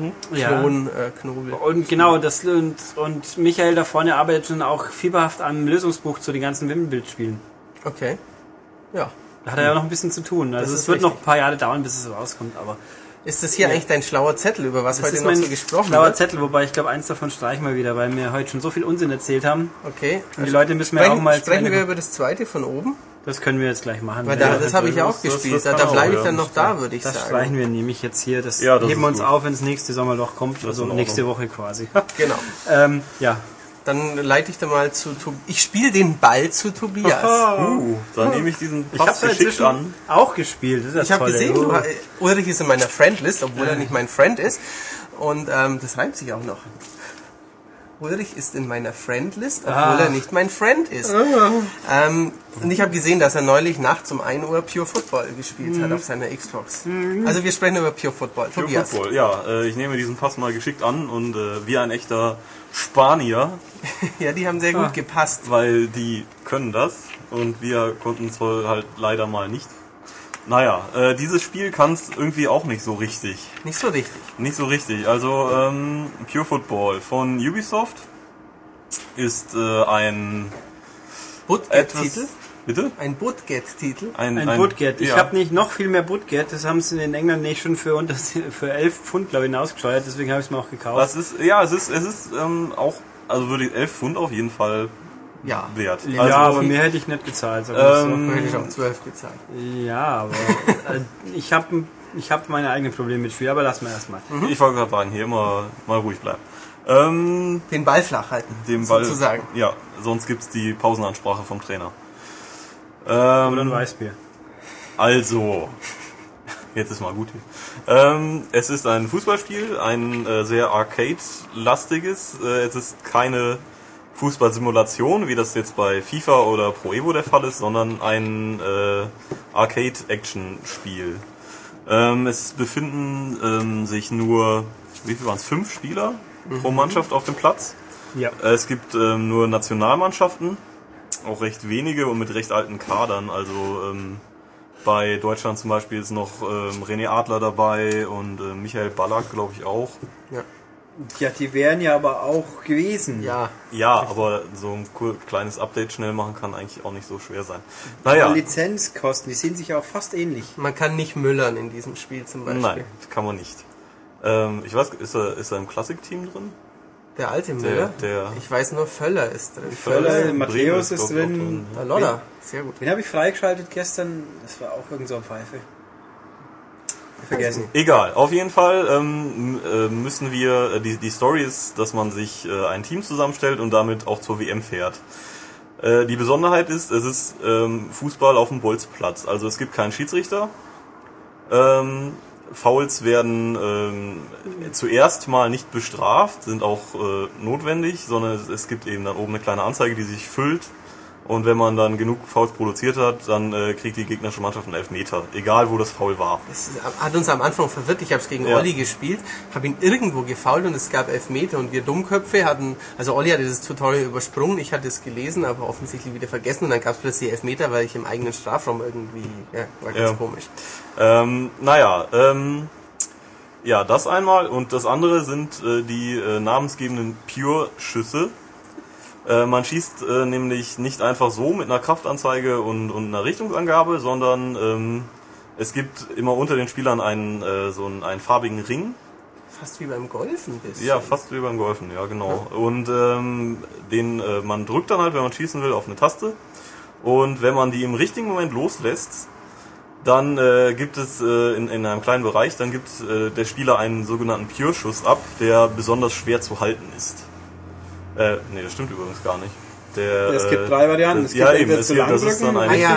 Knobel. Und genau, und Michael da vorne arbeitet schon auch fieberhaft am Lösungsbuch zu den ganzen Wimmelbild-Spielen. Okay. Ja. Da hat er ja noch ein bisschen zu tun. Also es wird noch ein paar Jahre dauern, bis es rauskommt, aber... Ist das hier eigentlich dein schlauer Zettel, über was heute noch so gesprochen wird? Schlauer Zettel, wobei ich glaube, eins davon streichen wir wieder, weil wir heute schon so viel Unsinn erzählt haben. Okay. Und die Leute müssen wir auch mal... Sprechen wir über das zweite von oben? Das können wir jetzt gleich machen. Weil das habe ich auch gespielt. Da bleibe ich dann noch da, würde ich sagen. Das streichen wir nämlich jetzt hier. Das das heben wir uns auf, wenn das nächste Sommerloch kommt. Also nächste Woche quasi. Genau. Ja. Dann leite ich da mal zu Ich spiele den Ball zu Tobias. Dann nehme ich diesen Ich habe Pass geschickt an. auch gespielt. Das ist Ich habe toll, gesehen, Ulrich ist in meiner Friendlist, obwohl er nicht mein Friend ist. Und das reimt sich auch noch. Ulrich ist in meiner Friendlist, obwohl er nicht mein Friend ist. Und ich habe gesehen, dass er neulich nachts um 1 Uhr Pure Football gespielt hat auf seiner Xbox. Also wir sprechen über Pure Football. Pure Tobias. Football, ja. Ich nehme diesen Pass mal geschickt an und wie ein echter Spanier, Ja, die haben sehr gut gepasst. weil die können das und wir konnten es wohl halt leider mal nicht. Naja, dieses Spiel kann es irgendwie auch nicht so richtig. Nicht so richtig. Nicht so richtig. Also Pure Football von Ubisoft ist ein Bootget-Titel? Bitte? Ein Bootget-Titel? Ein Bootget. Ich habe nicht noch viel mehr Bootget. Das haben sie in England nicht schon für 11 Pfund, glaube ich, hinausgesteuert. Deswegen habe ich es mir auch gekauft. Das ist, es ist auch, also würde ich 11 Pfund auf jeden Fall wert. Ja, Also, aber mehr hätte ich nicht gezahlt. Sagen wir so. Hätte ich auch 12 gezahlt. Ja, aber ich hab meine eigenen Probleme mit Spiel, aber lassen wir erstmal. Ich wollte gerade sagen, hier immer mal ruhig bleiben. Den Ball flach halten, Dem Ball, sozusagen. Ja, sonst gibt's die Pausenansprache vom Trainer. Oder ein Weißbier. Also, jetzt ist mal gut hier. Es ist ein Fußballspiel, ein sehr Arcade-lastiges. Es ist keine Fußballsimulation, wie das jetzt bei FIFA oder Pro Evo der Fall ist, sondern ein Arcade-Action-Spiel. Es befinden sich nur, wie viel waren es, 5 Spieler pro Mannschaft auf dem Platz. Ja. Es gibt nur Nationalmannschaften, auch recht wenige und mit recht alten Kadern. Also bei Deutschland zum Beispiel ist noch René Adler dabei und Michael Ballack, glaube ich, auch. Ja, die wären ja aber auch gewesen. Ja. Ja, aber so ein kleines Update schnell machen kann eigentlich auch nicht so schwer sein. Naja. Lizenzkosten, die sehen sich auch fast ähnlich. Man kann nicht müllern in diesem Spiel zum Beispiel. Nein, kann man nicht. Ich weiß, ist er im Classic-Team drin? Der alte Müller? Ich weiß nur, Völler ist drin. Völler, Matthäus ist drin. Lodder, sehr gut. Den habe ich freigeschaltet gestern. Das war auch irgend so ein Pfeife. Vergessen. Egal, auf jeden Fall müssen wir, die Story ist, dass man sich ein Team zusammenstellt und damit auch zur WM fährt. Die Besonderheit ist, es ist Fußball auf dem Bolzplatz, also es gibt keinen Schiedsrichter. Fouls werden zuerst mal nicht bestraft, sind auch notwendig, sondern es gibt eben dann oben eine kleine Anzeige, die sich füllt. Und wenn man dann genug Fouls produziert hat, dann kriegt die gegnerische Mannschaft einen Elfmeter. Egal, wo das Foul war. Das hat uns am Anfang verwirrt. Ich habe es gegen Olli gespielt, habe ihn irgendwo gefoult und es gab Elfmeter. Und wir Dummköpfe hatten, also Olli hatte das Tutorial übersprungen, ich hatte es gelesen, aber offensichtlich wieder vergessen. Und dann gab es plötzlich Elfmeter, weil ich im eigenen Strafraum irgendwie, war ganz komisch. Ja, das einmal. Und das andere sind die namensgebenden Pure-Schüsse. Man schießt nämlich nicht einfach so mit einer Kraftanzeige und einer Richtungsangabe, sondern Es gibt immer unter den Spielern einen farbigen Ring. Fast wie beim Golfen bisschen. Ja, fast wie beim Golfen, ja genau. Und man drückt dann halt, wenn man schießen will, auf eine Taste. Und wenn man die im richtigen Moment loslässt, dann gibt es in einem kleinen Bereich, dann gibt der Spieler einen sogenannten Pure-Schuss ab, der besonders schwer zu halten ist. Nee, das stimmt übrigens gar nicht. Es gibt 3 Varianten. Es gibt das ist dann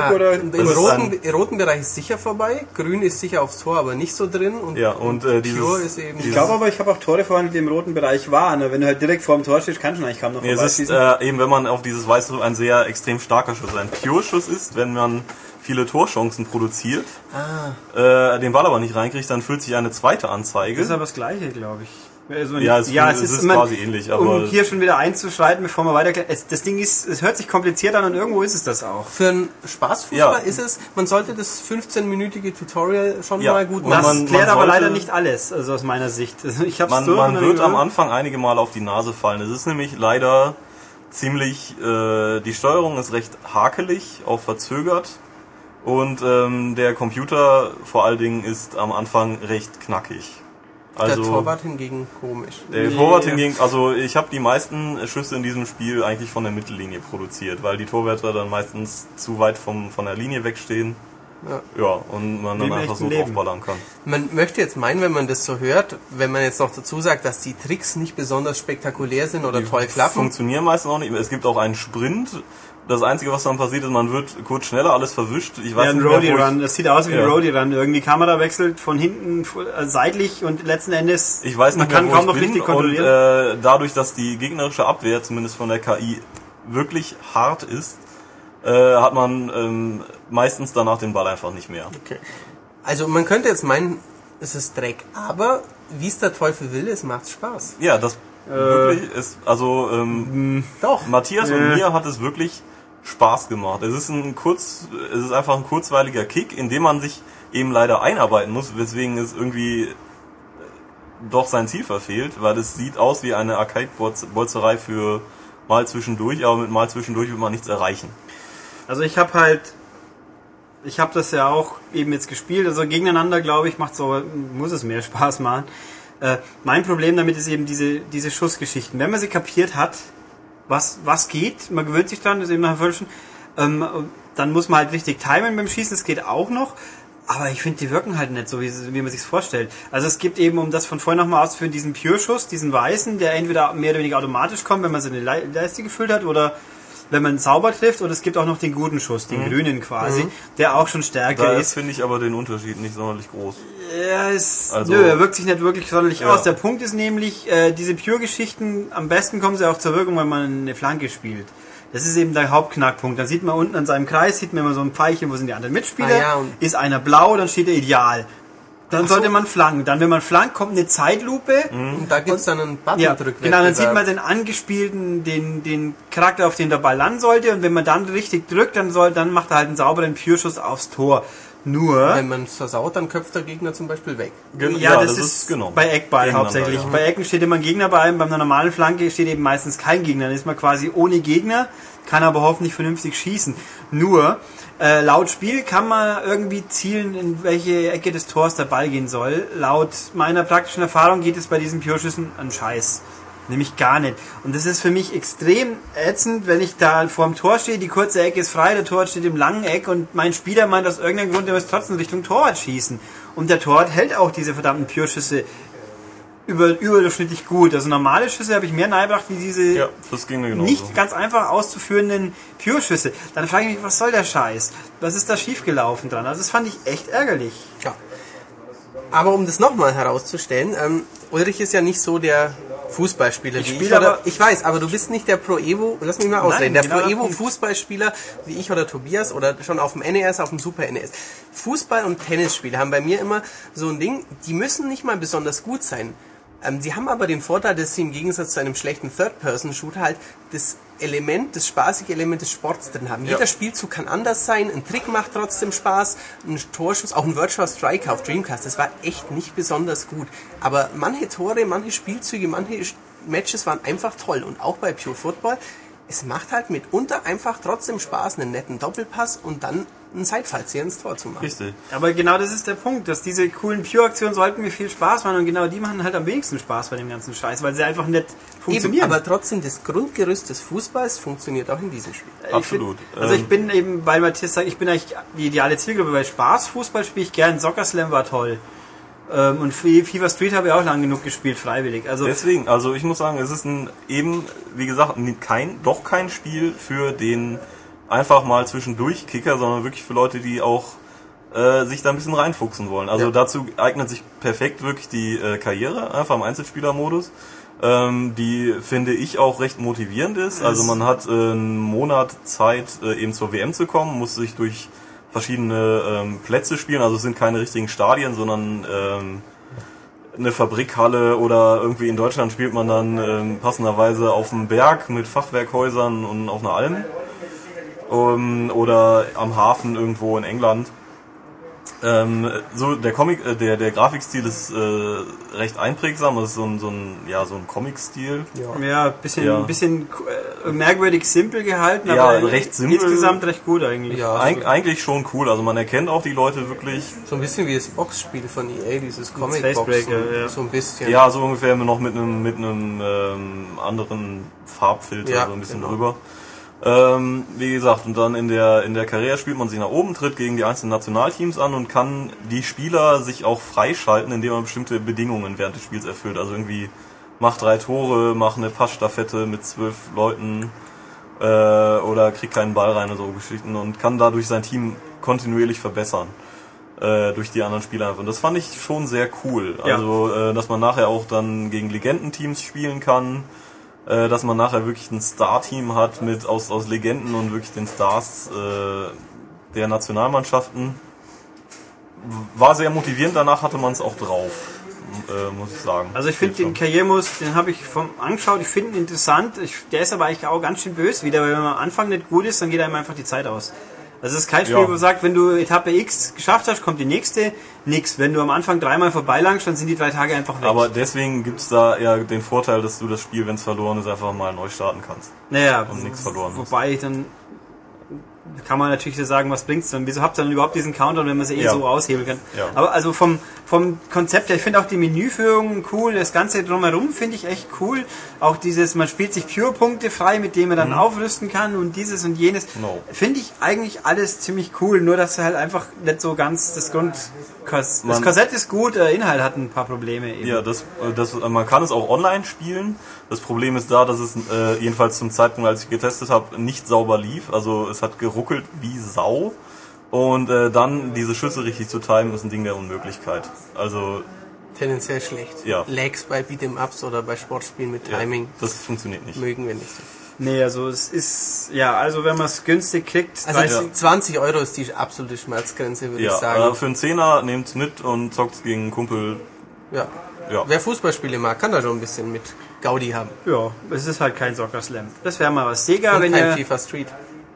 im roten Bereich ist sicher vorbei, grün ist sicher aufs Tor, aber nicht so drin. Und Pure ist eben... Ich glaube aber, ich habe auch Tore verhandelt, die im roten Bereich waren. Wenn du halt direkt vor dem Tor stehst, kannst du eigentlich kaum noch vorbeischießen. Es ist eben, wenn man auf dieses weiße ein sehr extrem starker Schuss. Ein Pure-Schuss ist, wenn man viele Torchancen produziert, den Ball aber nicht reinkriegt, dann füllt sich eine zweite Anzeige. Das ist aber das Gleiche, glaube ich. Also es ist quasi ähnlich. Aber um hier schon wieder einzuschreiten, bevor wir weitergehen. Das Ding ist, es hört sich kompliziert an und irgendwo ist es das auch. Für einen Spaßfußball ist es, man sollte das 15-minütige Tutorial schon mal gut machen. Das klärt aber leider nicht alles, also aus meiner Sicht. Man wird am Anfang einige Mal auf die Nase fallen. Es ist nämlich leider ziemlich, die Steuerung ist recht hakelig, auch verzögert. Und der Computer vor allen Dingen ist am Anfang recht knackig. Also, der Torwart hingegen komisch. Der Torwart hingegen, also ich habe die meisten Schüsse in diesem Spiel eigentlich von der Mittellinie produziert, weil die Torwärter dann meistens zu weit von der Linie wegstehen. Ja, und man dann einfach so draufballern kann. Man möchte jetzt meinen, wenn man das so hört, wenn man jetzt noch dazu sagt, dass die Tricks nicht besonders spektakulär sind oder toll klappen. Funktionieren meistens auch nicht. Es gibt auch einen Sprint. Das Einzige, was dann passiert ist, man wird kurz schneller, alles verwischt. Ich weiß ein Roadie Run. Das sieht aus wie ein Roadie Run. Irgendwie die Kamera wechselt von hinten seitlich und letzten Endes ich weiß nicht man kann kaum noch richtig kontrollieren. Und dadurch, dass die gegnerische Abwehr, zumindest von der KI, wirklich hart ist, hat man meistens danach den Ball einfach nicht mehr. Okay. Also man könnte jetzt meinen, es ist Dreck, aber wie es der Teufel will, es macht Spaß. Ja, das wirklich ist, also doch. Matthias und mir hat es wirklich Spaß gemacht. Es ist einfach ein kurzweiliger Kick, in dem man sich eben leider einarbeiten muss, weswegen es irgendwie doch sein Ziel verfehlt, weil es sieht aus wie eine Arcade-Bolzerei für mal zwischendurch, aber mit mal zwischendurch wird man nichts erreichen. Also ich habe das ja auch eben jetzt gespielt, also gegeneinander, glaube ich, muss es mehr Spaß machen. Mein Problem damit ist eben diese Schussgeschichten. Wenn man sie kapiert hat, was geht, man gewöhnt sich dran, das ist eben nach einer Viertelstunde, dann muss man halt richtig timen beim Schießen, das geht auch noch, aber ich finde, die wirken halt nicht so, wie man sich's vorstellt. Also es gibt eben, um das von vorhin nochmal auszuführen, diesen Pure-Schuss, diesen weißen, der entweder mehr oder weniger automatisch kommt, wenn man seine Leiste gefüllt hat, oder wenn man sauber trifft, und es gibt auch noch den guten Schuss, den grünen quasi, der auch schon stärker ist. Da finde ich aber den Unterschied nicht sonderlich groß. Er wirkt sich nicht wirklich sonderlich aus. Der Punkt ist nämlich, diese Pure-Geschichten, am besten kommen sie auch zur Wirkung, wenn man eine Flanke spielt. Das ist eben der Hauptknackpunkt. Dann sieht man unten an seinem Kreis, sieht man immer so ein Pfeilchen, wo sind die anderen Mitspieler. Ist einer blau, dann steht er ideal. Dann sollte man flanken. Dann, wenn man flankt, kommt eine Zeitlupe. Und da gibt's dann einen Button-Drück. Genau, dann sieht man den angespielten, den Charakter, auf den der Ball landen sollte. Und wenn man dann richtig drückt, dann macht er halt einen sauberen Pure-Schuss aufs Tor. Nur... Wenn man es versaut, dann köpft der Gegner zum Beispiel weg. Ja, das ist bei Eckball hauptsächlich. Ja. Bei Ecken steht immer ein Gegner bei einem, bei einer normalen Flanke steht eben meistens kein Gegner. Dann ist man quasi ohne Gegner, kann aber hoffentlich vernünftig schießen. Nur, laut Spiel kann man irgendwie zielen, in welche Ecke des Tors der Ball gehen soll. Laut meiner praktischen Erfahrung geht es bei diesen Pure-Schüssen an Scheiß. Nämlich gar nicht. Und das ist für mich extrem ätzend, wenn ich da vor dem Tor stehe, die kurze Ecke ist frei, der Torwart steht im langen Eck und mein Spieler meint aus irgendeinem Grund, der muss trotzdem Richtung Torwart schießen. Und der Torwart hält auch diese verdammten Pure-Schüsse überdurchschnittlich gut. Also normale Schüsse habe ich mehr nahegebracht wie diese nicht ganz einfach auszuführenden Pure-Schüsse. Dann frage ich mich, was soll der Scheiß? Was ist da schiefgelaufen dran? Also das fand ich echt ärgerlich. Ja. Aber um das nochmal herauszustellen, Ulrich ist ja nicht so der Fußballspieler wie ich. Ich weiß, aber du bist nicht der Pro Evo, lass mich mal ausreden, der Pro Evo Fußballspieler wie ich oder Tobias oder schon auf dem NES, auf dem Super NES. Fußball- und Tennisspiele haben bei mir immer so ein Ding, die müssen nicht mal besonders gut sein. Sie haben aber den Vorteil, dass sie im Gegensatz zu einem schlechten Third-Person-Shooter halt das spaßige Element des Sports drin haben. Jeder Spielzug kann anders sein, ein Trick macht trotzdem Spaß, ein Torschuss, auch ein Virtual Striker auf Dreamcast, das war echt nicht besonders gut. Aber manche Tore, manche Spielzüge, manche Matches waren einfach toll. Und auch bei Pure Football, es macht halt mitunter einfach trotzdem Spaß, einen netten Doppelpass und dann einen Seitfallzieher ins Tor zu machen. Richtig. Aber genau das ist der Punkt, dass diese coolen Pure-Aktionen sollten mir viel Spaß machen und genau die machen halt am wenigsten Spaß bei dem ganzen Scheiß, weil sie einfach nicht funktionieren. Eben, aber trotzdem, das Grundgerüst des Fußballs funktioniert auch in diesem Spiel. Absolut. Ich bin eben, weil Matthias sagt, ich bin eigentlich die ideale Zielgruppe, weil Spaß-Fußball spiele ich gern, Soccer Slam war toll. Und FIFA Street habe ich auch lang genug gespielt, freiwillig. Also Deswegen, also ich muss sagen, es ist wie gesagt, kein Spiel für den einfach mal zwischendurch Kicker, sondern wirklich für Leute, die auch sich da ein bisschen reinfuchsen wollen. Also dazu eignet sich perfekt wirklich die Karriere, einfach im Einzelspielermodus, die finde ich auch recht motivierend ist. Also man hat einen Monat Zeit, eben zur WM zu kommen, muss sich durch verschiedene Plätze spielen, also es sind keine richtigen Stadien, sondern eine Fabrikhalle oder irgendwie in Deutschland spielt man dann passenderweise auf dem Berg mit Fachwerkhäusern und auf einer Alm oder am Hafen irgendwo in England. So der der Grafikstil ist recht einprägsam, das ist so ein Comic-Stil. ja, bisschen merkwürdig simpel gehalten, Ja, aber recht simpel. insgesamt recht gut eigentlich. Ja, Eigentlich schon cool, also man erkennt auch die Leute wirklich. so ein bisschen wie das Boxspiel von EA, dieses Spacebreaker, Comic-Boxen. ja. So ein bisschen. Ja, so ungefähr noch mit einem anderen Farbfilter Ja, so ein bisschen genau. drüber. Wie gesagt, und dann in der Karriere spielt man sich nach oben, tritt gegen die einzelnen Nationalteams an und kann die Spieler sich auch freischalten, indem man bestimmte Bedingungen während des Spiels erfüllt. Also irgendwie macht 3 Tore, macht eine Passstaffette mit 12 Leuten oder kriegt keinen Ball rein oder so Geschichten und kann dadurch sein Team kontinuierlich verbessern durch die anderen Spieler. Und das fand ich schon sehr cool. Ja. Also, dass man nachher auch dann gegen Legendenteams spielen kann, dass man nachher wirklich ein Star-Team hat aus Legenden und wirklich den Stars der Nationalmannschaften. War sehr motivierend, danach hatte man es auch drauf, muss ich sagen. Also ich finde den Karrieremodus, den habe ich angeschaut, ich finde ihn interessant, der ist aber eigentlich auch ganz schön böse wieder, weil wenn man am Anfang nicht gut ist, dann geht einem einfach die Zeit aus. Also es ist kein Spiel, wo man sagt, wenn du Etappe X geschafft hast, kommt die nächste, nix. Wenn du am Anfang 3-mal vorbeilangst, dann sind die 3 Tage einfach weg. Aber deswegen gibt's da ja den Vorteil, dass du das Spiel, wenn es verloren ist, einfach mal neu starten kannst. naja, und nichts verloren ist. Wobei dann kann man natürlich sagen, was bringt's dann? Wieso habt ihr dann überhaupt diesen Counter, wenn man sie so aushebeln kann? Ja. Aber also vom Konzept her, ich finde auch die Menüführung cool, das Ganze drumherum finde ich echt cool. Auch dieses, man spielt sich Pure-Punkte frei, mit denen man dann aufrüsten kann und dieses und jenes. No. Finde ich eigentlich alles ziemlich cool, nur dass halt einfach nicht so ganz das das Korsett ist gut, der Inhalt hat ein paar Probleme eben. Ja, man kann es auch online spielen. Das Problem ist da, dass es jedenfalls zum Zeitpunkt, als ich getestet habe, nicht sauber lief. Also es hat geruckelt wie Sau. Und dann diese Schüsse richtig zu timen, ist ein Ding der Unmöglichkeit. Also Tendenziell schlecht. Ja. Lags bei Beat'em-Ups oder bei Sportspielen mit Timing ja, das funktioniert nicht. mögen wir nicht. Nee, also es ist, also wenn man es günstig kriegt, Also 20 Euro ist die absolute Schmerzgrenze, würde ich Ja, sagen. für einen Zehner nehmt's mit und zockt's gegen einen Kumpel. Ja. Ja. Wer Fußballspiele mag, kann da schon ein bisschen mit Gaudi haben. ja, es ist halt kein Soccer Slam. Das wäre mal was. Sega, Und wenn kein ihr, FIFA Street,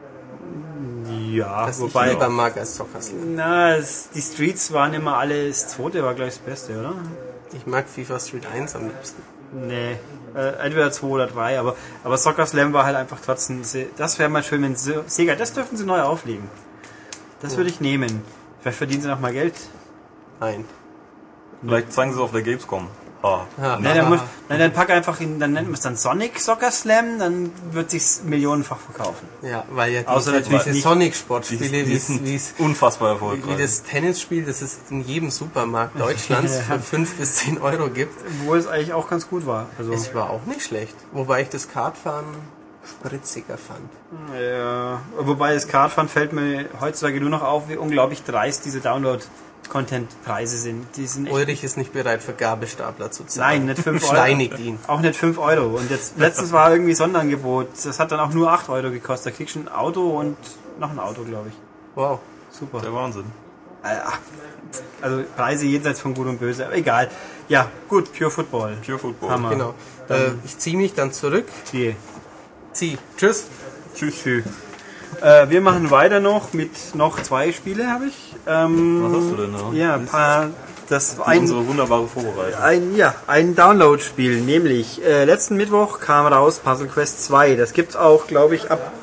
ja, das ich wobei, lieber mag als Soccer Slam. die Streets waren immer alle, das zweite war gleich das Beste, oder? Ich mag FIFA Street 1 am liebsten. Nee, entweder 2 oder 3, aber Soccer Slam war halt einfach trotzdem, das wäre mal schön, wenn Sega, das dürfen sie neu auflegen. Das würde ich nehmen. Vielleicht verdienen sie noch mal Geld. Nein. Vielleicht zeigen sie es auf der Gamescom. Ha. Ja. Nein, dann pack einfach dann nennt man es dann Sonic Soccer Slam, dann wird sich's millionenfach verkaufen. Ja, weil ja Außer natürlich diese nicht- Sonic-Sportspiele, Die sind wie es unfassbar erfolgreich. wie das Tennisspiel, das es in jedem Supermarkt Deutschlands für 5 bis 10 Euro gibt. Obwohl es eigentlich auch ganz gut war. Also, Es war auch nicht schlecht. Wobei ich das Kartfahren spritziger fand. ja, wobei das Kartfahren fällt mir heutzutage nur noch auf, wie unglaublich dreist diese Download-Content-Preise sind. Die sind echt, Ulrich ist nicht bereit, für Gabelstapler zu zahlen. nein, nicht 5 Euro. Steinigt ihn. Auch nicht 5 Euro. Und jetzt letztens war irgendwie Sonderangebot. Das hat dann auch nur 8 Euro gekostet. Da kriegst du ein Auto und noch ein Auto, glaube ich. Wow. Super. Der Wahnsinn. Also Preise jenseits von Gut und Böse. Aber egal. Ja, gut, Pure Football. Pure Football. Hammer. Genau. Ich ziehe mich dann zurück. Die. Tschüss. Tschüss. Wir machen weiter noch mit noch 2 Spiele, habe ich. Was hast du denn da? Ja, ein paar Das war Unsere wunderbare Vorbereitung. ein Download-Spiel, nämlich letzten Mittwoch kam raus Puzzle Quest 2. Das gibt's auch, glaube ich, ab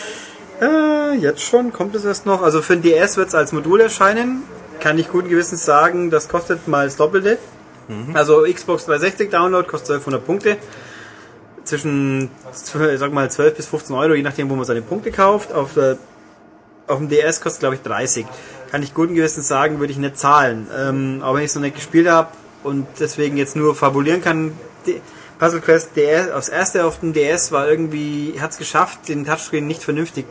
jetzt schon, kommt es erst noch. Also für den DS wird es als Modul erscheinen. Kann ich guten Gewissens sagen, das kostet mal das Doppelte. Also Xbox 360 Download kostet 1200 Punkte. Zwischen, sag mal, 12 bis 15 Euro, je nachdem, wo man seine Punkte kauft. Auf dem DS kostet, glaube ich, 30. Kann ich guten Gewissens sagen, würde ich nicht zahlen. Aber wenn ich es noch nicht gespielt habe und deswegen jetzt nur fabulieren kann, Puzzle Quest DS, aufs erste auf dem DS war irgendwie, hat es geschafft, den Touchscreen nicht vernünftig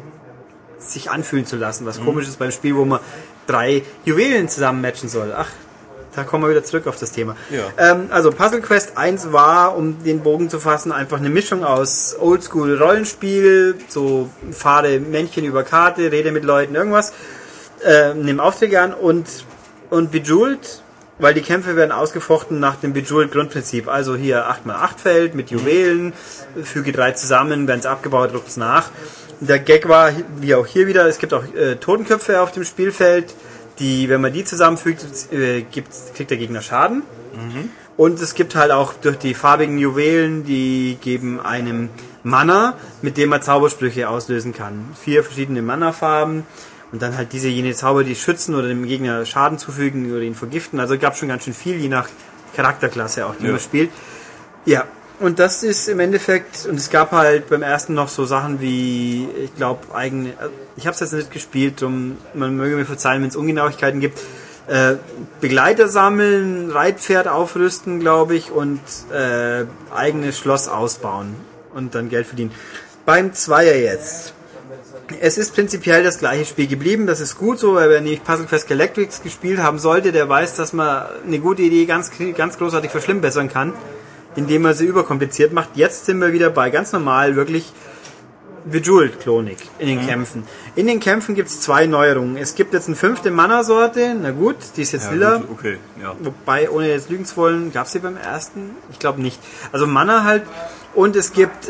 sich anfühlen zu lassen. Was komisch ist beim Spiel, wo man 3 Juwelen zusammen matchen soll. Ach, da kommen wir wieder zurück auf das Thema. Ja. Also Puzzle Quest 1 war, um den Bogen zu fassen, einfach eine Mischung aus Oldschool Rollenspiel, so fahre Männchen über Karte, rede mit Leuten, irgendwas, nimm Aufträge an und Bejeweled, weil die Kämpfe werden ausgefochten nach dem Bejeweled-Grundprinzip. Also hier 8x8-Feld mit Juwelen, füge 3 zusammen, werden sie abgebaut, druckt's nach. Der Gag war, wie auch hier wieder, es gibt auch Totenköpfe auf dem Spielfeld, die, wenn man die zusammenfügt, kriegt der Gegner Schaden. Und es gibt halt auch durch die farbigen Juwelen, die geben einem Mana, mit dem man Zaubersprüche auslösen kann. 4 verschiedene Mana-Farben. Und dann halt jene Zauber, die schützen oder dem Gegner Schaden zufügen oder ihn vergiften. Also gab schon ganz schön viel, je nach Charakterklasse auch, die man spielt. Ja, und das ist im Endeffekt, und es gab halt beim ersten noch so Sachen wie, ich glaube, ich habe es jetzt nicht gespielt, man möge mir verzeihen, wenn es Ungenauigkeiten gibt, Begleiter sammeln, Reitpferd aufrüsten, glaube ich, und eigenes Schloss ausbauen und dann Geld verdienen. Beim Zweier jetzt. Es ist prinzipiell das gleiche Spiel geblieben, das ist gut so, weil wer nämlich Puzzle Quest Galactics gespielt haben sollte, der weiß, dass man eine gute Idee ganz großartig verschlimmbessern kann, indem man sie überkompliziert macht. Jetzt sind wir wieder bei ganz normal, wirklich Bejeweled-Klonik in den Kämpfen. In den Kämpfen gibt es 2 Neuerungen. Es gibt jetzt eine 5. Mana-Sorte, na gut, die ist jetzt lila. Gut, okay, ja. Wobei, ohne jetzt lügen zu wollen, gab es die beim ersten? Ich glaube nicht. Also Mana halt. Und es gibt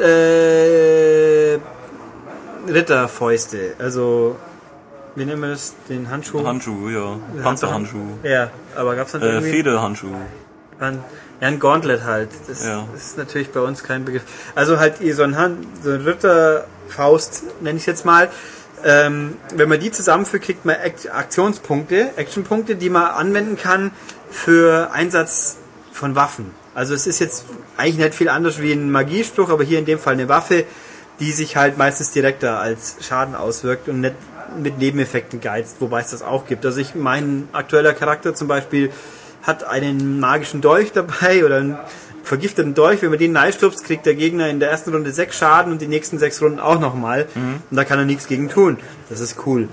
Ritterfäuste, also wie nennen wir das? Den Handschuh? Handschuh, ja. Panzerhandschuh. Ja, aber gab's dann irgendwie... Federhandschuh. Ein Gauntlet halt. Das ist natürlich bei uns kein Begriff. Also halt so ein Ritterfaust, nenne ich jetzt mal. Wenn man die zusammenführt, kriegt man Actionpunkte, die man anwenden kann für Einsatz von Waffen. Also es ist jetzt eigentlich nicht viel anders wie ein Magiespruch, aber hier in dem Fall eine Waffe, die sich halt meistens direkter als Schaden auswirkt und nicht mit Nebeneffekten geizt, wobei es das auch gibt. Also mein aktueller Charakter zum Beispiel hat einen magischen Dolch dabei oder einen vergifteten Dolch. Wenn man den reinstupst, kriegt der Gegner in der ersten Runde 6 Schaden und die nächsten 6 Runden auch nochmal. Und da kann er nichts gegen tun. Das ist cool.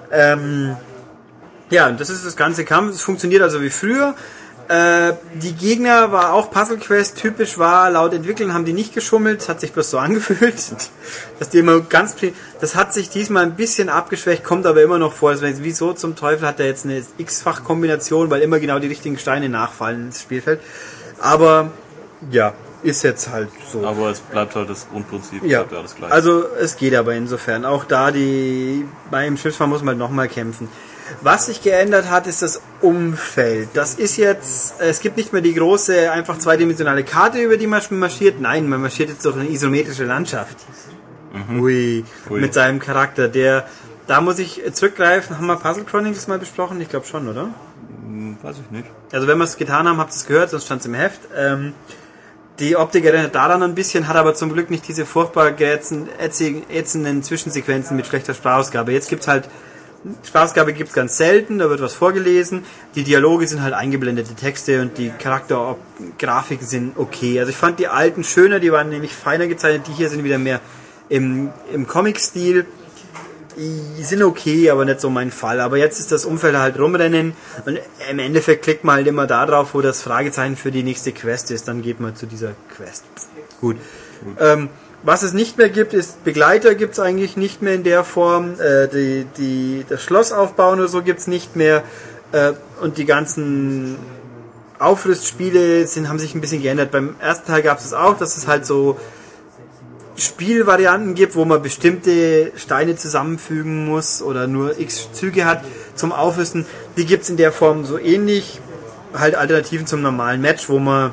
Ja, und das ist das ganze Kampf. Es funktioniert also wie früher. Die Gegner war auch Puzzle Quest typisch, war laut Entwicklern haben die nicht geschummelt, es hat sich bloß so angefühlt, dass die immer das hat sich diesmal ein bisschen abgeschwächt, kommt aber immer noch vor, also wieso zum Teufel hat er jetzt eine X-Fach-Kombination, weil immer genau die richtigen Steine nachfallen ins Spielfeld, aber ja, ist jetzt halt so. Aber es bleibt halt das Grundprinzip, ja, bleibt alles gleich. Also es geht aber insofern, auch da beim Schiffsfahren muss man halt nochmal kämpfen. Was sich geändert hat, ist das Umfeld. Das ist jetzt, es gibt nicht mehr die große, einfach zweidimensionale Karte, über die man marschiert. Nein, man marschiert jetzt durch eine isometrische Landschaft. Ui. Mit seinem Charakter. Da muss ich zurückgreifen. Haben wir Puzzle Chronicles mal besprochen? Ich glaube schon, oder? Weiß ich nicht. Also wenn wir es getan haben, habt ihr es gehört, sonst stand es im Heft. Die Optik erinnert daran ein bisschen, hat aber zum Glück nicht diese furchtbar ätzenden Zwischensequenzen mit schlechter Sprachausgabe. Jetzt gibt's halt Sprachausgabe gibt's ganz selten, da wird was vorgelesen. Die Dialoge sind halt eingeblendete Texte und die Charaktergrafiken sind okay. Also ich fand die alten schöner, die waren nämlich feiner gezeichnet. Die hier sind wieder mehr im Comic-Stil. Die sind okay, aber nicht so mein Fall. Aber jetzt ist das Umfeld halt rumrennen und im Endeffekt klickt man halt immer da drauf, wo das Fragezeichen für die nächste Quest ist. Dann geht man zu dieser Quest. Gut. Was es nicht mehr gibt, ist Begleiter gibt's eigentlich nicht mehr in der Form. Das Schloss aufbauen oder so gibt's nicht mehr. Und die ganzen Aufrüstspiele haben sich ein bisschen geändert. Beim ersten Teil gab's es auch, dass es halt so Spielvarianten gibt, wo man bestimmte Steine zusammenfügen muss oder nur x Züge hat zum Aufrüsten. Die gibt's in der Form so ähnlich. halt Alternativen zum normalen Match, wo man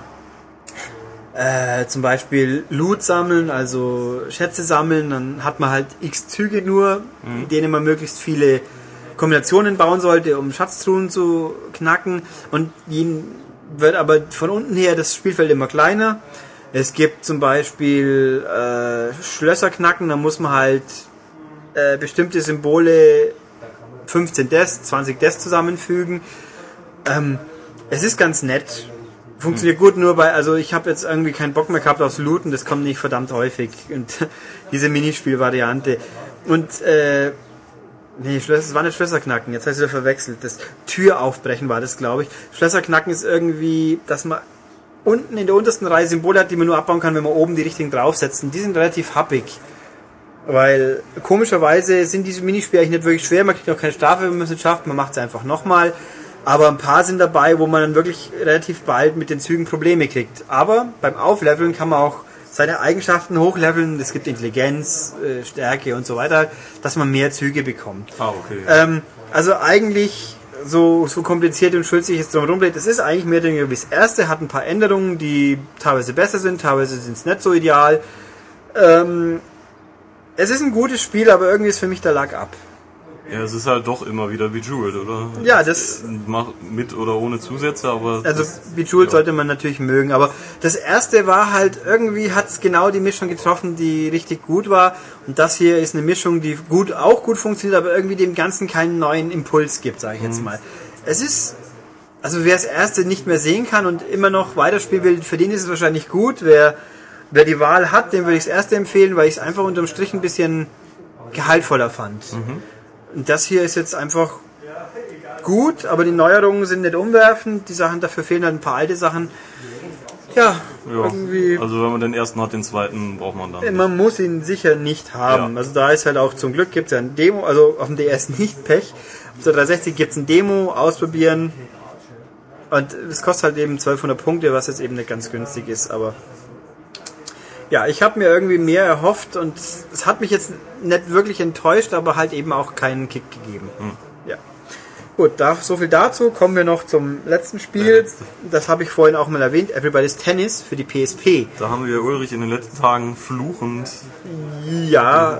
zum Beispiel Loot sammeln, also Schätze sammeln, dann hat man halt x Züge nur, in denen man möglichst viele Kombinationen bauen sollte, um Schatztruhen zu knacken, und wird aber von unten her das Spielfeld immer kleiner. Es gibt zum Beispiel Schlösser knacken, da muss man halt bestimmte Symbole 15 Des, 20 Des zusammenfügen. Es ist ganz nett. Funktioniert gut, nur also ich habe jetzt irgendwie keinen Bock mehr gehabt aufs Looten, das kommt nicht verdammt häufig. Und diese Minispielvariante. Und es war nicht Schlösserknacken, jetzt habe ich es wieder verwechselt. Das Türaufbrechen war das, glaube ich. Schlösserknacken ist irgendwie, dass man unten in der untersten Reihe Symbole hat, die man nur abbauen kann, wenn man oben die richtigen draufsetzt. Und die sind relativ happig. Weil komischerweise sind diese Minispiele eigentlich nicht wirklich schwer, man kriegt auch keine Strafe, wenn man es nicht schafft, man macht es einfach nochmal. Aber ein paar sind dabei, wo man dann wirklich relativ bald mit den Zügen Probleme kriegt. Aber beim Aufleveln kann man auch seine Eigenschaften hochleveln. Es gibt Intelligenz, Stärke und so weiter, dass man mehr Züge bekommt. Okay. Also eigentlich so kompliziert und schulzig es drum rumgeht, es ist eigentlich mehr oder weniger wie das erste, hat ein paar Änderungen, die teilweise besser sind, teilweise sind es nicht so ideal. Es ist ein gutes Spiel, aber irgendwie ist für mich der Lack ab. Ja, es ist halt doch immer wieder Bejeweled, oder? Ja, das... Mit oder ohne Zusätze, aber... Also Bejeweled sollte man natürlich mögen, aber das erste war halt, irgendwie hat es genau die Mischung getroffen, die richtig gut war, und das hier ist eine Mischung, die auch gut funktioniert, aber irgendwie dem Ganzen keinen neuen Impuls gibt, sage ich jetzt mal. Es ist... Also wer das erste nicht mehr sehen kann und immer noch weiterspielen will, für den ist es wahrscheinlich gut. Wer die Wahl hat, dem würde ich das erste empfehlen, weil ich es einfach unterm Strich ein bisschen gehaltvoller fand. Und das hier ist jetzt einfach gut, aber die Neuerungen sind nicht umwerfend. Die Sachen, dafür fehlen halt ein paar alte Sachen. Ja, irgendwie... Also wenn man den ersten hat, den zweiten braucht man dann. Man muss ihn sicher nicht haben. Ja. Also da ist halt auch zum Glück, gibt es ja ein Demo, also auf dem DS nicht Pech. Auf der 360 gibt es ein Demo, ausprobieren. Und es kostet halt eben 1200 Punkte, was jetzt eben nicht ganz günstig ist, aber... Ja, ich habe mir irgendwie mehr erhofft und es hat mich jetzt nicht wirklich enttäuscht, aber halt eben auch keinen Kick gegeben. Ja. Gut, so viel dazu. Kommen wir noch zum letzten Spiel. Das habe ich vorhin auch mal erwähnt. Everybody's Tennis für die PSP. Da haben wir Ulrich in den letzten Tagen fluchend... Ja,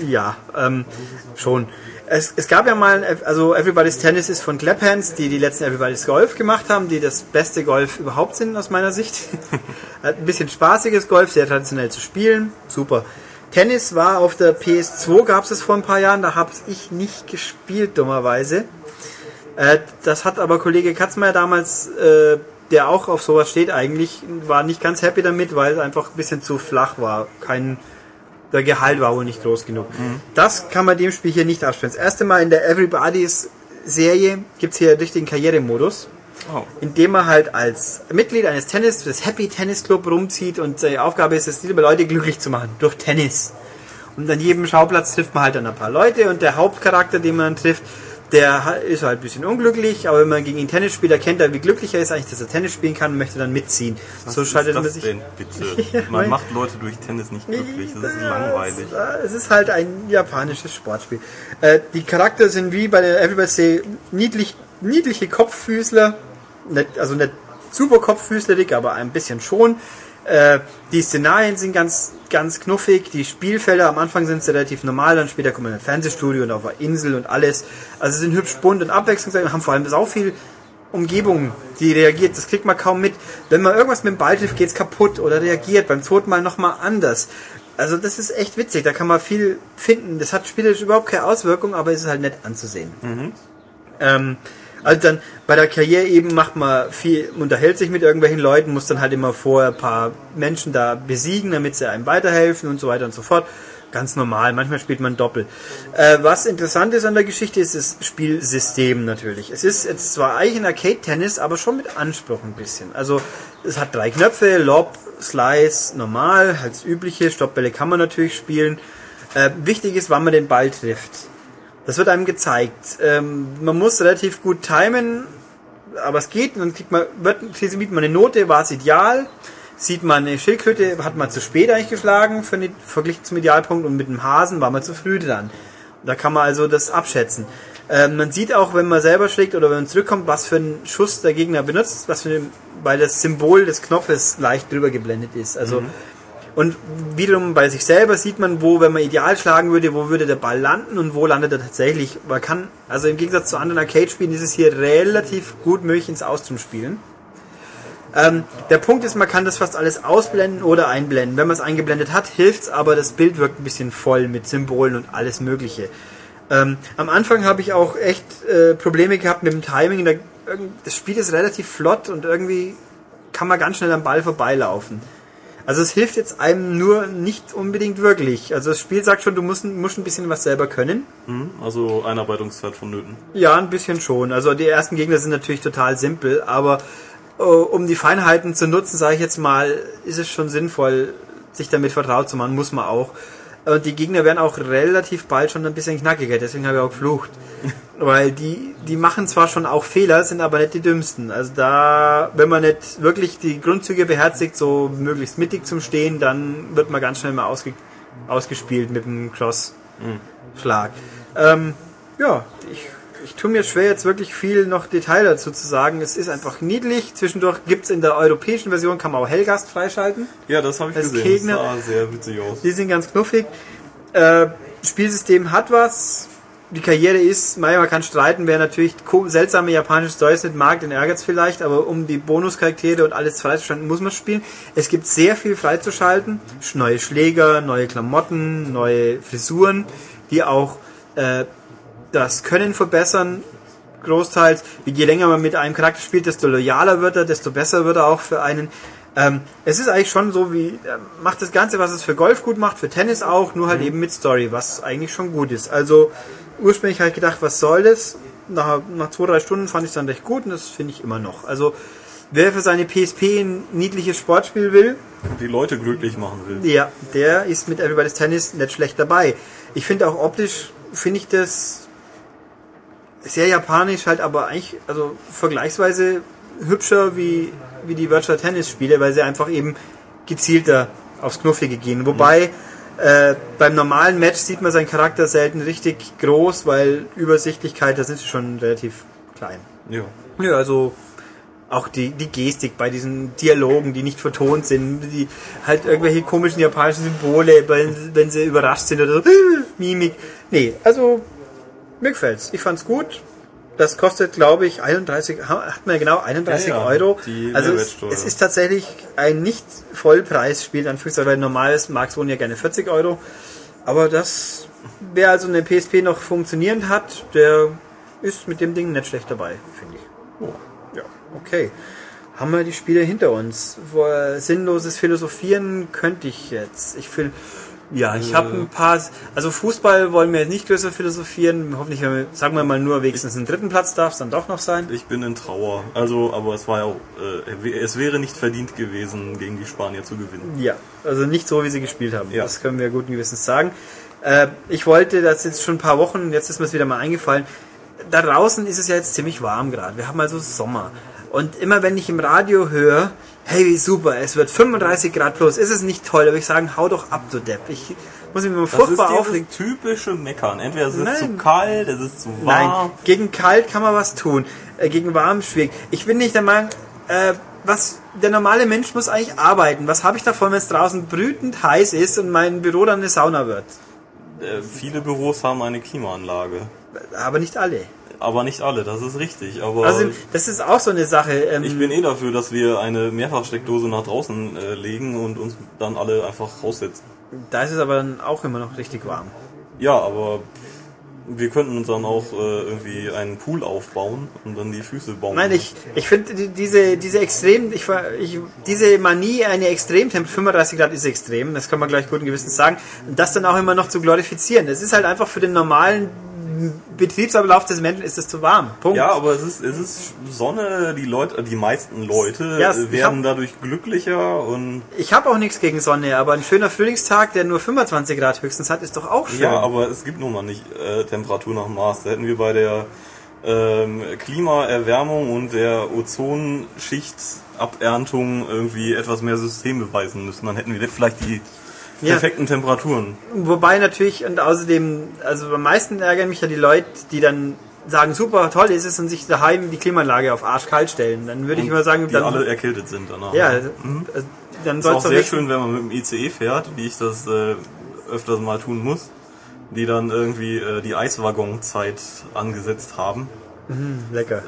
schon. Es gab ja mal, also Everybody's Tennis ist von Claphans, die letzten Everybody's Golf gemacht haben, die das beste Golf überhaupt sind aus meiner Sicht. Ein bisschen spaßiges Golf, sehr traditionell zu spielen, super. Tennis war auf der PS2, gab es vor ein paar Jahren, da habe ich nicht gespielt, dummerweise. Das hat aber Kollege Katzmeier damals, der auch auf sowas steht eigentlich, war nicht ganz happy damit, weil es einfach ein bisschen zu flach war. Der Gehalt war wohl nicht groß genug. Das kann man dem Spiel hier nicht abspielen. Das erste Mal in der Everybody's Serie gibt es hier einen richtigen Karrieremodus, in dem man halt als Mitglied eines des Happy Tennis Club rumzieht und seine Aufgabe ist es, liebe Leute glücklich zu machen durch Tennis. Und an jedem Schauplatz trifft man halt dann ein paar Leute und der Hauptcharakter, den man trifft, der ist halt ein bisschen unglücklich, aber wenn man gegen ihn Tennis spielt, erkennt er, wie glücklich er ist eigentlich, dass er Tennis spielen kann und möchte dann mitziehen. Was so schaltet man ist das sich. denn, bitte? Man macht Leute durch Tennis nicht glücklich, das ist langweilig. Es ist halt ein japanisches Sportspiel. Die Charaktere sind wie bei der Everybody's niedliche Kopffüßler, also nicht super kopffüßlerig, aber ein bisschen schon. Die Szenarien sind ganz, ganz knuffig. Die Spielfelder am Anfang sind relativ normal, dann später kommt man in ein Fernsehstudio und auf einer Insel und alles. Also sie sind hübsch bunt und abwechslungsreich und haben vor allem sau viel Umgebung, die reagiert. Das kriegt man kaum mit. Wenn man irgendwas mit dem Ball trifft, geht's kaputt oder reagiert. Beim zweiten Mal nochmal anders. Also das ist echt witzig. Da kann man viel finden. Das hat spielerisch überhaupt keine Auswirkung, aber es ist halt nett anzusehen. Also dann bei der Karriere eben macht man viel, unterhält sich mit irgendwelchen Leuten, muss dann halt immer vorher ein paar Menschen da besiegen, damit sie einem weiterhelfen und so weiter und so fort. Ganz normal, manchmal spielt man doppelt. Was interessant ist an der Geschichte, ist das Spielsystem natürlich. Es ist jetzt zwar eigentlich ein Arcade-Tennis, aber schon mit Anspruch ein bisschen. Also es hat 3 Knöpfe, Lob, Slice, normal, als übliche, Stoppbälle kann man natürlich spielen. Wichtig ist, wann man den Ball trifft. Das wird einem gezeigt. Man muss relativ gut timen, aber es geht. Dann sieht man eine Note, war es ideal. Sieht man eine Schildkröte, hat man zu spät eigentlich geschlagen, verglichen zum Idealpunkt. Und mit dem Hasen war man zu früh dran. Da kann man also das abschätzen. Man sieht auch, wenn man selber schlägt oder wenn man zurückkommt, was für einen Schuss der Gegner benutzt, weil das Symbol des Knopfes leicht drüber geblendet ist. Also und wiederum bei sich selber sieht man, wo, wenn man ideal schlagen würde, wo würde der Ball landen und wo landet er tatsächlich. Man kann, also im Gegensatz zu anderen Arcade-Spielen ist es hier relativ gut möglich, ins Aus zu spielen. Der Punkt ist, man kann das fast alles ausblenden oder einblenden. Wenn man es eingeblendet hat, hilft's, aber das Bild wirkt ein bisschen voll mit Symbolen und alles Mögliche. Am Anfang habe ich auch echt Probleme gehabt mit dem Timing. Das Spiel ist relativ flott und irgendwie kann man ganz schnell am Ball vorbeilaufen. Also es hilft jetzt einem nur nicht unbedingt wirklich. Also das Spiel sagt schon, du musst ein bisschen was selber können. Also Einarbeitungszeit vonnöten. Ja, ein bisschen schon. Also die ersten Gegner sind natürlich total simpel, aber um die Feinheiten zu nutzen, sage ich jetzt mal, ist es schon sinnvoll, sich damit vertraut zu machen, muss man auch. Und die Gegner werden auch relativ bald schon ein bisschen knackiger, deswegen habe ich auch geflucht. Weil die machen zwar schon auch Fehler, sind aber nicht die dümmsten. Also da, wenn man nicht wirklich die Grundzüge beherzigt, so möglichst mittig zum Stehen, dann wird man ganz schnell mal ausgespielt mit dem Cross-Schlag. Ja, ich tue mir schwer, jetzt wirklich viel noch Detail dazu zu sagen. Es ist einfach niedlich. Zwischendurch gibt's in der europäischen Version, kann man auch Hellgast freischalten. Ja, das habe ich gesehen. Gegner. Das sah sehr witzig aus. Die sind ganz knuffig. Spielsystem hat was. Die Karriere ist, man kann streiten, wer natürlich seltsame japanische Storys nicht mag, den ärgert's vielleicht, aber um die Bonuscharaktere und alles freizuschalten, muss man spielen. Es gibt sehr viel freizuschalten. Neue Schläger, neue Klamotten, neue Frisuren, die auch das Können verbessern, großteils. Je länger man mit einem Charakter spielt, desto loyaler wird er, desto besser wird er auch für einen. Es ist eigentlich schon so wie, macht das Ganze, was es für Golf gut macht, für Tennis auch, nur halt eben mit Story, was eigentlich schon gut ist. Also ursprünglich habe ich gedacht, was soll das? Nach 2-3 Stunden fand ich es dann recht gut und das finde ich immer noch. Also wer für seine PSP ein niedliches Sportspiel will, die Leute glücklich machen will. Ja, der ist mit Everybody's Tennis nicht schlecht dabei. Ich finde auch optisch, finde ich das sehr japanisch halt, aber eigentlich, also vergleichsweise hübscher wie die Virtual Tennis Spiele, weil sie einfach eben gezielter aufs Knuffige gehen. Wobei beim normalen Match sieht man seinen Charakter selten richtig groß, weil Übersichtlichkeit, da sind sie schon relativ klein. Ja. Ja, also auch die Gestik bei diesen Dialogen, die nicht vertont sind, die halt irgendwelche komischen japanischen Symbole, wenn sie überrascht sind oder so, Mimik. Nee, also mir gefällt's. Ich fand's gut. Das kostet, glaube ich, 31 Euro. Also es ist tatsächlich ein nicht Vollpreisspiel, weil normales Marks wohnen ja gerne 40 Euro. Aber das, wer also eine PSP noch funktionierend hat, der ist mit dem Ding nicht schlecht dabei, finde ich. Oh. Ja, okay. Haben wir die Spiele hinter uns? Sinnloses Philosophieren könnte ich jetzt. Ich habe ein paar, also Fußball wollen wir jetzt nicht größer philosophieren, hoffentlich, sagen wir mal nur wenigstens einen dritten Platz darf es dann doch noch sein. Ich bin in Trauer, also, aber es war ja auch, es wäre nicht verdient gewesen, gegen die Spanier zu gewinnen. Ja, also nicht so, wie sie gespielt haben, ja. Das können wir guten Gewissens sagen. Ich wollte das jetzt schon ein paar Wochen, jetzt ist mir es wieder mal eingefallen, da draußen ist es ja jetzt ziemlich warm gerade, wir haben also Sommer. Und immer wenn ich im Radio höre, hey, wie super, es wird 35 Grad plus, ist es nicht toll, da würde ich sagen, hau doch ab, du Depp. Ich muss mich mal furchtbar aufregen. Das ist dieses typische Meckern. Entweder es ist zu kalt, es ist zu warm. Nein, gegen kalt kann man was tun, gegen warm schwierig. Ich bin nicht der Meinung, der normale Mensch muss eigentlich arbeiten. Was habe ich davon, wenn es draußen brütend heiß ist und mein Büro dann eine Sauna wird? Viele Büros haben eine Klimaanlage. Aber nicht alle. Aber nicht alle, das ist richtig. Aber also das ist auch so eine Sache. Ich bin dafür, dass wir eine Mehrfachsteckdose nach draußen legen und uns dann alle einfach raussetzen. Da ist es aber dann auch immer noch richtig warm. Ja, aber wir könnten uns dann auch irgendwie einen Pool aufbauen und dann die Füße bauen. Nein, ich finde diese Manie, eine Extremtemperatur, 35 Grad ist extrem, das kann man gleich guten Gewissens sagen, und das dann auch immer noch zu glorifizieren. Das ist halt einfach für den normalen Betriebsablauf des Menschen ist es zu warm. Punkt. Ja, aber es ist Sonne, die meisten Leute werden dadurch glücklicher und... Ich habe auch nichts gegen Sonne, aber ein schöner Frühlingstag, der nur 25 Grad höchstens hat, ist doch auch schön. Ja, aber es gibt nun mal nicht Temperatur nach Maß. Da hätten wir bei der Klimaerwärmung und der Ozonschichtsaberntung irgendwie etwas mehr System beweisen müssen. Dann hätten wir vielleicht die perfekten Temperaturen. Wobei natürlich, und außerdem, also am meisten ärgern mich ja die Leute, die dann sagen, super, toll ist es und sich daheim die Klimaanlage auf arschkalt stellen. Dann würde ich immer sagen, die dann alle erkältet sind danach. ja, dann Ist soll auch es doch sehr nicht. schön, wenn man mit dem ICE fährt, wie ich das öfters mal tun muss, die dann irgendwie die Eiswaggonzeit angesetzt haben. Lecker.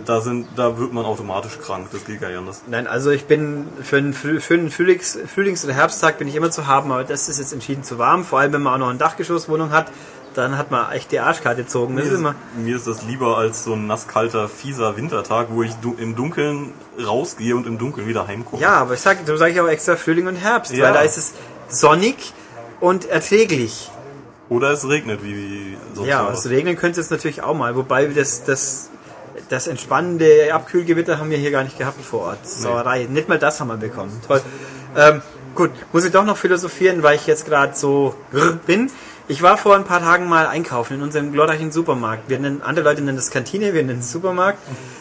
Da wird man automatisch krank, das geht gar nicht anders. Nein, also ich bin für einen Frühlings- oder Herbsttag bin ich immer zu haben, aber das ist jetzt entschieden zu warm, vor allem wenn man auch noch eine Dachgeschosswohnung hat, dann hat man echt die Arschkarte gezogen. Mir ist das lieber als so ein nasskalter, fieser Wintertag, wo ich im Dunkeln rausgehe und im Dunkeln wieder heimkomme. Ja, aber so sage ich auch extra Frühling und Herbst, Ja. weil da ist es sonnig und erträglich. Oder es regnet, wie sonst Ja, was. es regnen könnte es natürlich auch mal, wobei das entspannende Abkühlgewitter haben wir hier gar nicht gehabt vor Ort. Sauerei. Nicht mal das haben wir bekommen. Toll. Gut, muss ich doch noch philosophieren, weil ich jetzt gerade so bin. Ich war vor ein paar Tagen mal einkaufen in unserem glorreichen Supermarkt. Andere Leute nennen das Kantine, wir nennen es Supermarkt.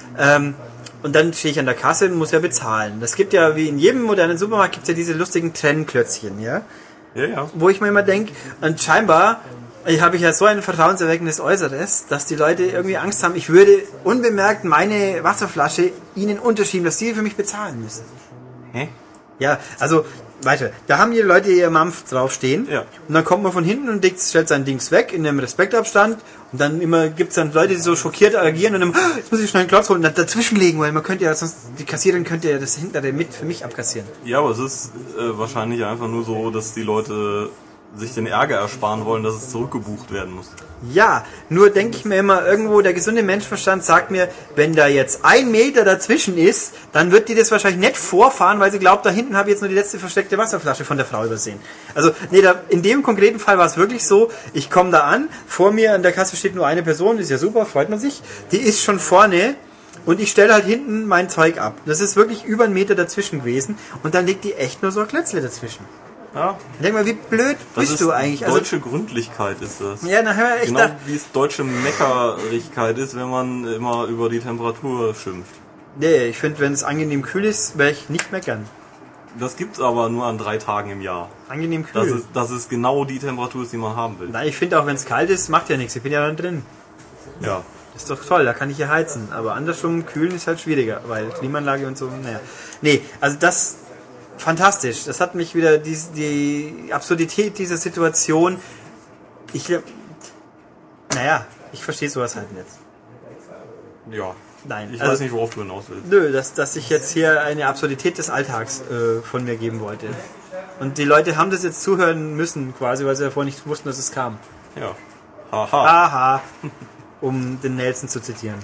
Und dann stehe ich an der Kasse und muss ja bezahlen. Das gibt ja, wie in jedem modernen Supermarkt, gibt es ja diese lustigen Trennklötzchen, ja? Ja. Wo ich mir immer denke, und scheinbar habe ich ja so ein vertrauenserweckendes Äußeres, dass die Leute irgendwie Angst haben, ich würde unbemerkt meine Wasserflasche ihnen unterschieben, dass sie für mich bezahlen müssen. Hä? Ja, also, weiter. Da haben die Leute ihr Mampf draufstehen. Ja. Und dann kommt man von hinten und stellt sein Dings weg in einem Respektabstand. Und dann gibt es dann Leute, die so schockiert agieren und dann, jetzt muss ich schnell einen Klotz holen und dann dazwischenlegen, weil man könnte ja sonst, die Kassiererin könnte ja das hintere mit für mich abkassieren. Ja, aber es ist wahrscheinlich einfach nur so, dass die Leute sich den Ärger ersparen wollen, dass es zurückgebucht werden muss. Ja, nur denke ich mir immer, irgendwo der gesunde Menschenverstand sagt mir, wenn da jetzt 1 Meter dazwischen ist, dann wird die das wahrscheinlich nicht vorfahren, weil sie glaubt, da hinten habe ich jetzt nur die letzte versteckte Wasserflasche von der Frau übersehen. Also, nee, in dem konkreten Fall war es wirklich so, ich komme da an, vor mir an der Kasse steht nur eine Person, ist ja super, freut man sich, die ist schon vorne und ich stelle halt hinten mein Zeug ab. Das ist wirklich über 1 Meter dazwischen gewesen und dann liegt die echt nur so ein Klötzle dazwischen. Ja, Denk mal, wie blöd bist du eigentlich? Deutsche Gründlichkeit ist das. Ja, nachher echt Genau wie es deutsche Meckerigkeit ist, wenn man immer über die Temperatur schimpft. Nee, ich finde, wenn es angenehm kühl ist, werde ich nicht meckern. Das gibt's aber nur an 3 Tagen im Jahr. Angenehm kühl. Das ist genau die Temperatur, die man haben will. Nein, ich finde auch, wenn es kalt ist, macht ja nichts. Ich bin ja dann drin. Ja. Ist doch toll, da kann ich hier heizen. Aber andersrum, kühlen ist halt schwieriger, weil Klimaanlage und so, naja. Nee, also das, fantastisch. Das hat mich wieder, die Absurdität dieser Situation, ich verstehe sowas halt nicht. Ja. Nein. Ich also, weiß nicht, worauf du hinaus willst. Nö, dass ich jetzt hier eine Absurdität des Alltags von mir geben wollte. Und die Leute haben das jetzt zuhören müssen, quasi, weil sie davor nicht wussten, dass es kam. Ja. Haha. Aha. Um den Nelson zu zitieren.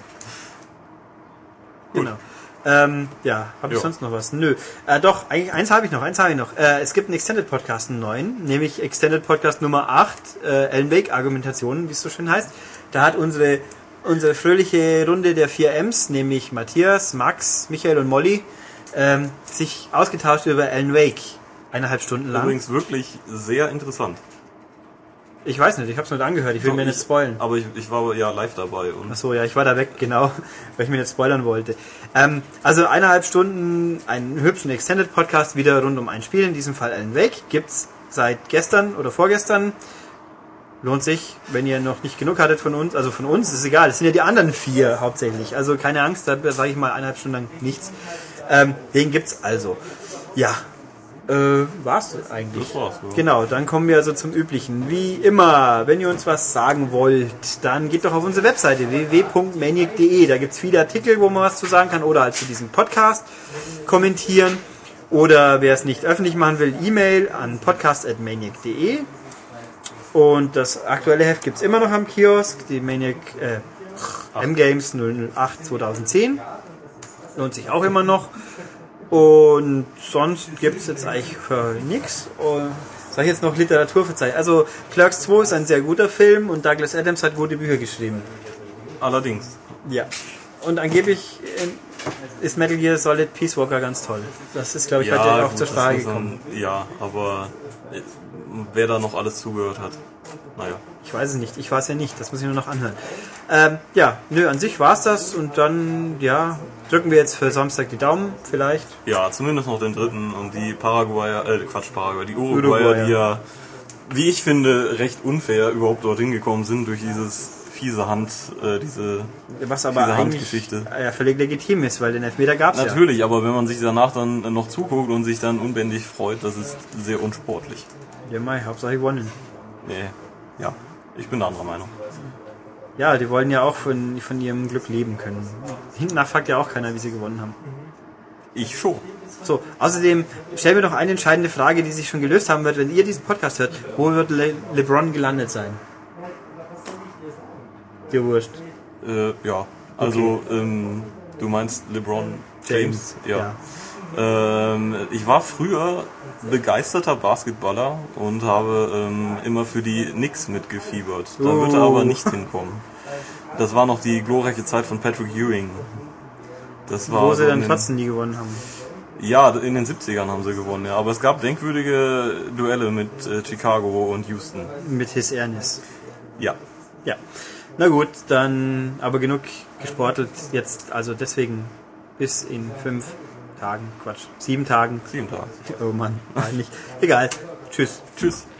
Gut. Genau. Habe ich Jo. sonst noch was? Nö. Doch, eigentlich eins habe ich noch. Es gibt einen Extended Podcast, einen neuen, nämlich Extended Podcast Nummer 8, Alan Wake Argumentationen, wie es so schön heißt. Da hat unsere fröhliche Runde der 4Ms, nämlich Matthias, Max, Michael und Molly, sich ausgetauscht über Alan Wake. 1,5 Stunden lang. Übrigens wirklich sehr interessant. Ich weiß nicht, ich habe es nicht angehört, ich will mir nicht spoilen. Aber ich war ja live dabei. Und Achso, ja, ich war da weg, genau, weil ich mir nicht spoilern wollte. Also 1,5 Stunden, einen hübschen Extended Podcast, wieder rund um ein Spiel, in diesem Fall Alan Wake, gibt's seit gestern oder vorgestern. Lohnt sich, wenn ihr noch nicht genug hattet von uns, also von uns, ist egal, es sind ja die anderen 4 hauptsächlich, also keine Angst, da sage ich mal 1,5 Stunden lang nichts. Den gibt's also. Ja. War's eigentlich? Das war's, ja. Genau, dann kommen wir also zum Üblichen. Wie immer, wenn ihr uns was sagen wollt, dann geht doch auf unsere Webseite www.maniac.de. Da gibt's viele Artikel, wo man was zu sagen kann oder halt zu diesem Podcast kommentieren. Oder wer es nicht öffentlich machen will, E-Mail an podcast@maniac.de. Und das aktuelle Heft gibt's immer noch am Kiosk, die Maniac M-Games 008 2010. Lohnt sich auch immer noch. Und sonst gibt es jetzt eigentlich für nichts. Sag ich jetzt noch Literaturverzeichnis. Also Clerks 2 ist ein sehr guter Film und Douglas Adams hat gute Bücher geschrieben. Allerdings. Ja. Und angeblich ist Metal Gear Solid Peace Walker ganz toll. Das ist, glaube ich, heute auch gut, zur Sprache gekommen. Ja, aber wer da noch alles zugehört hat, naja. Ich weiß es nicht. Ich war es ja nicht. Das muss ich nur noch anhören. An sich war's das. Und dann, drücken wir jetzt für Samstag die Daumen, vielleicht. Ja, zumindest noch den dritten und die die Uruguayer, die ja, wie ich finde, recht unfair überhaupt dorthin gekommen sind durch dieses fiese was aber fiese eigentlich Handgeschichte. Völlig legitim ist, weil den Elfmeter gab's ja. Natürlich, aber wenn man sich danach dann noch zuguckt und sich dann unbändig freut, das ist sehr unsportlich. Ja, Hauptsache gewonnen. Nee, ja, ich bin der anderer Meinung. Ja, die wollen ja auch von ihrem Glück leben können. Hinten nach fragt ja auch keiner, wie sie gewonnen haben. Ich schon. So, außerdem stellen wir noch eine entscheidende Frage, die sich schon gelöst haben wird, wenn ihr diesen Podcast hört. Wo wird LeBron gelandet sein? Dir wurscht. Ja, also du meinst LeBron James? Ja. Ich war früher begeisterter Basketballer und habe immer für die Knicks mitgefiebert. Da wird er aber nicht hinkommen. Das war noch die glorreiche Zeit von Patrick Ewing. Das war wo sie dann trotzdem nie gewonnen haben. Ja, in den 70ern haben sie gewonnen, ja. Aber es gab denkwürdige Duelle mit Chicago und Houston. Mit His Ernest. Ja. Ja. Na gut, dann aber genug gesportelt jetzt. Also deswegen bis in 7 Tagen. 7 Tage. Oh Mann, eigentlich. Egal. Tschüss. Tschüss.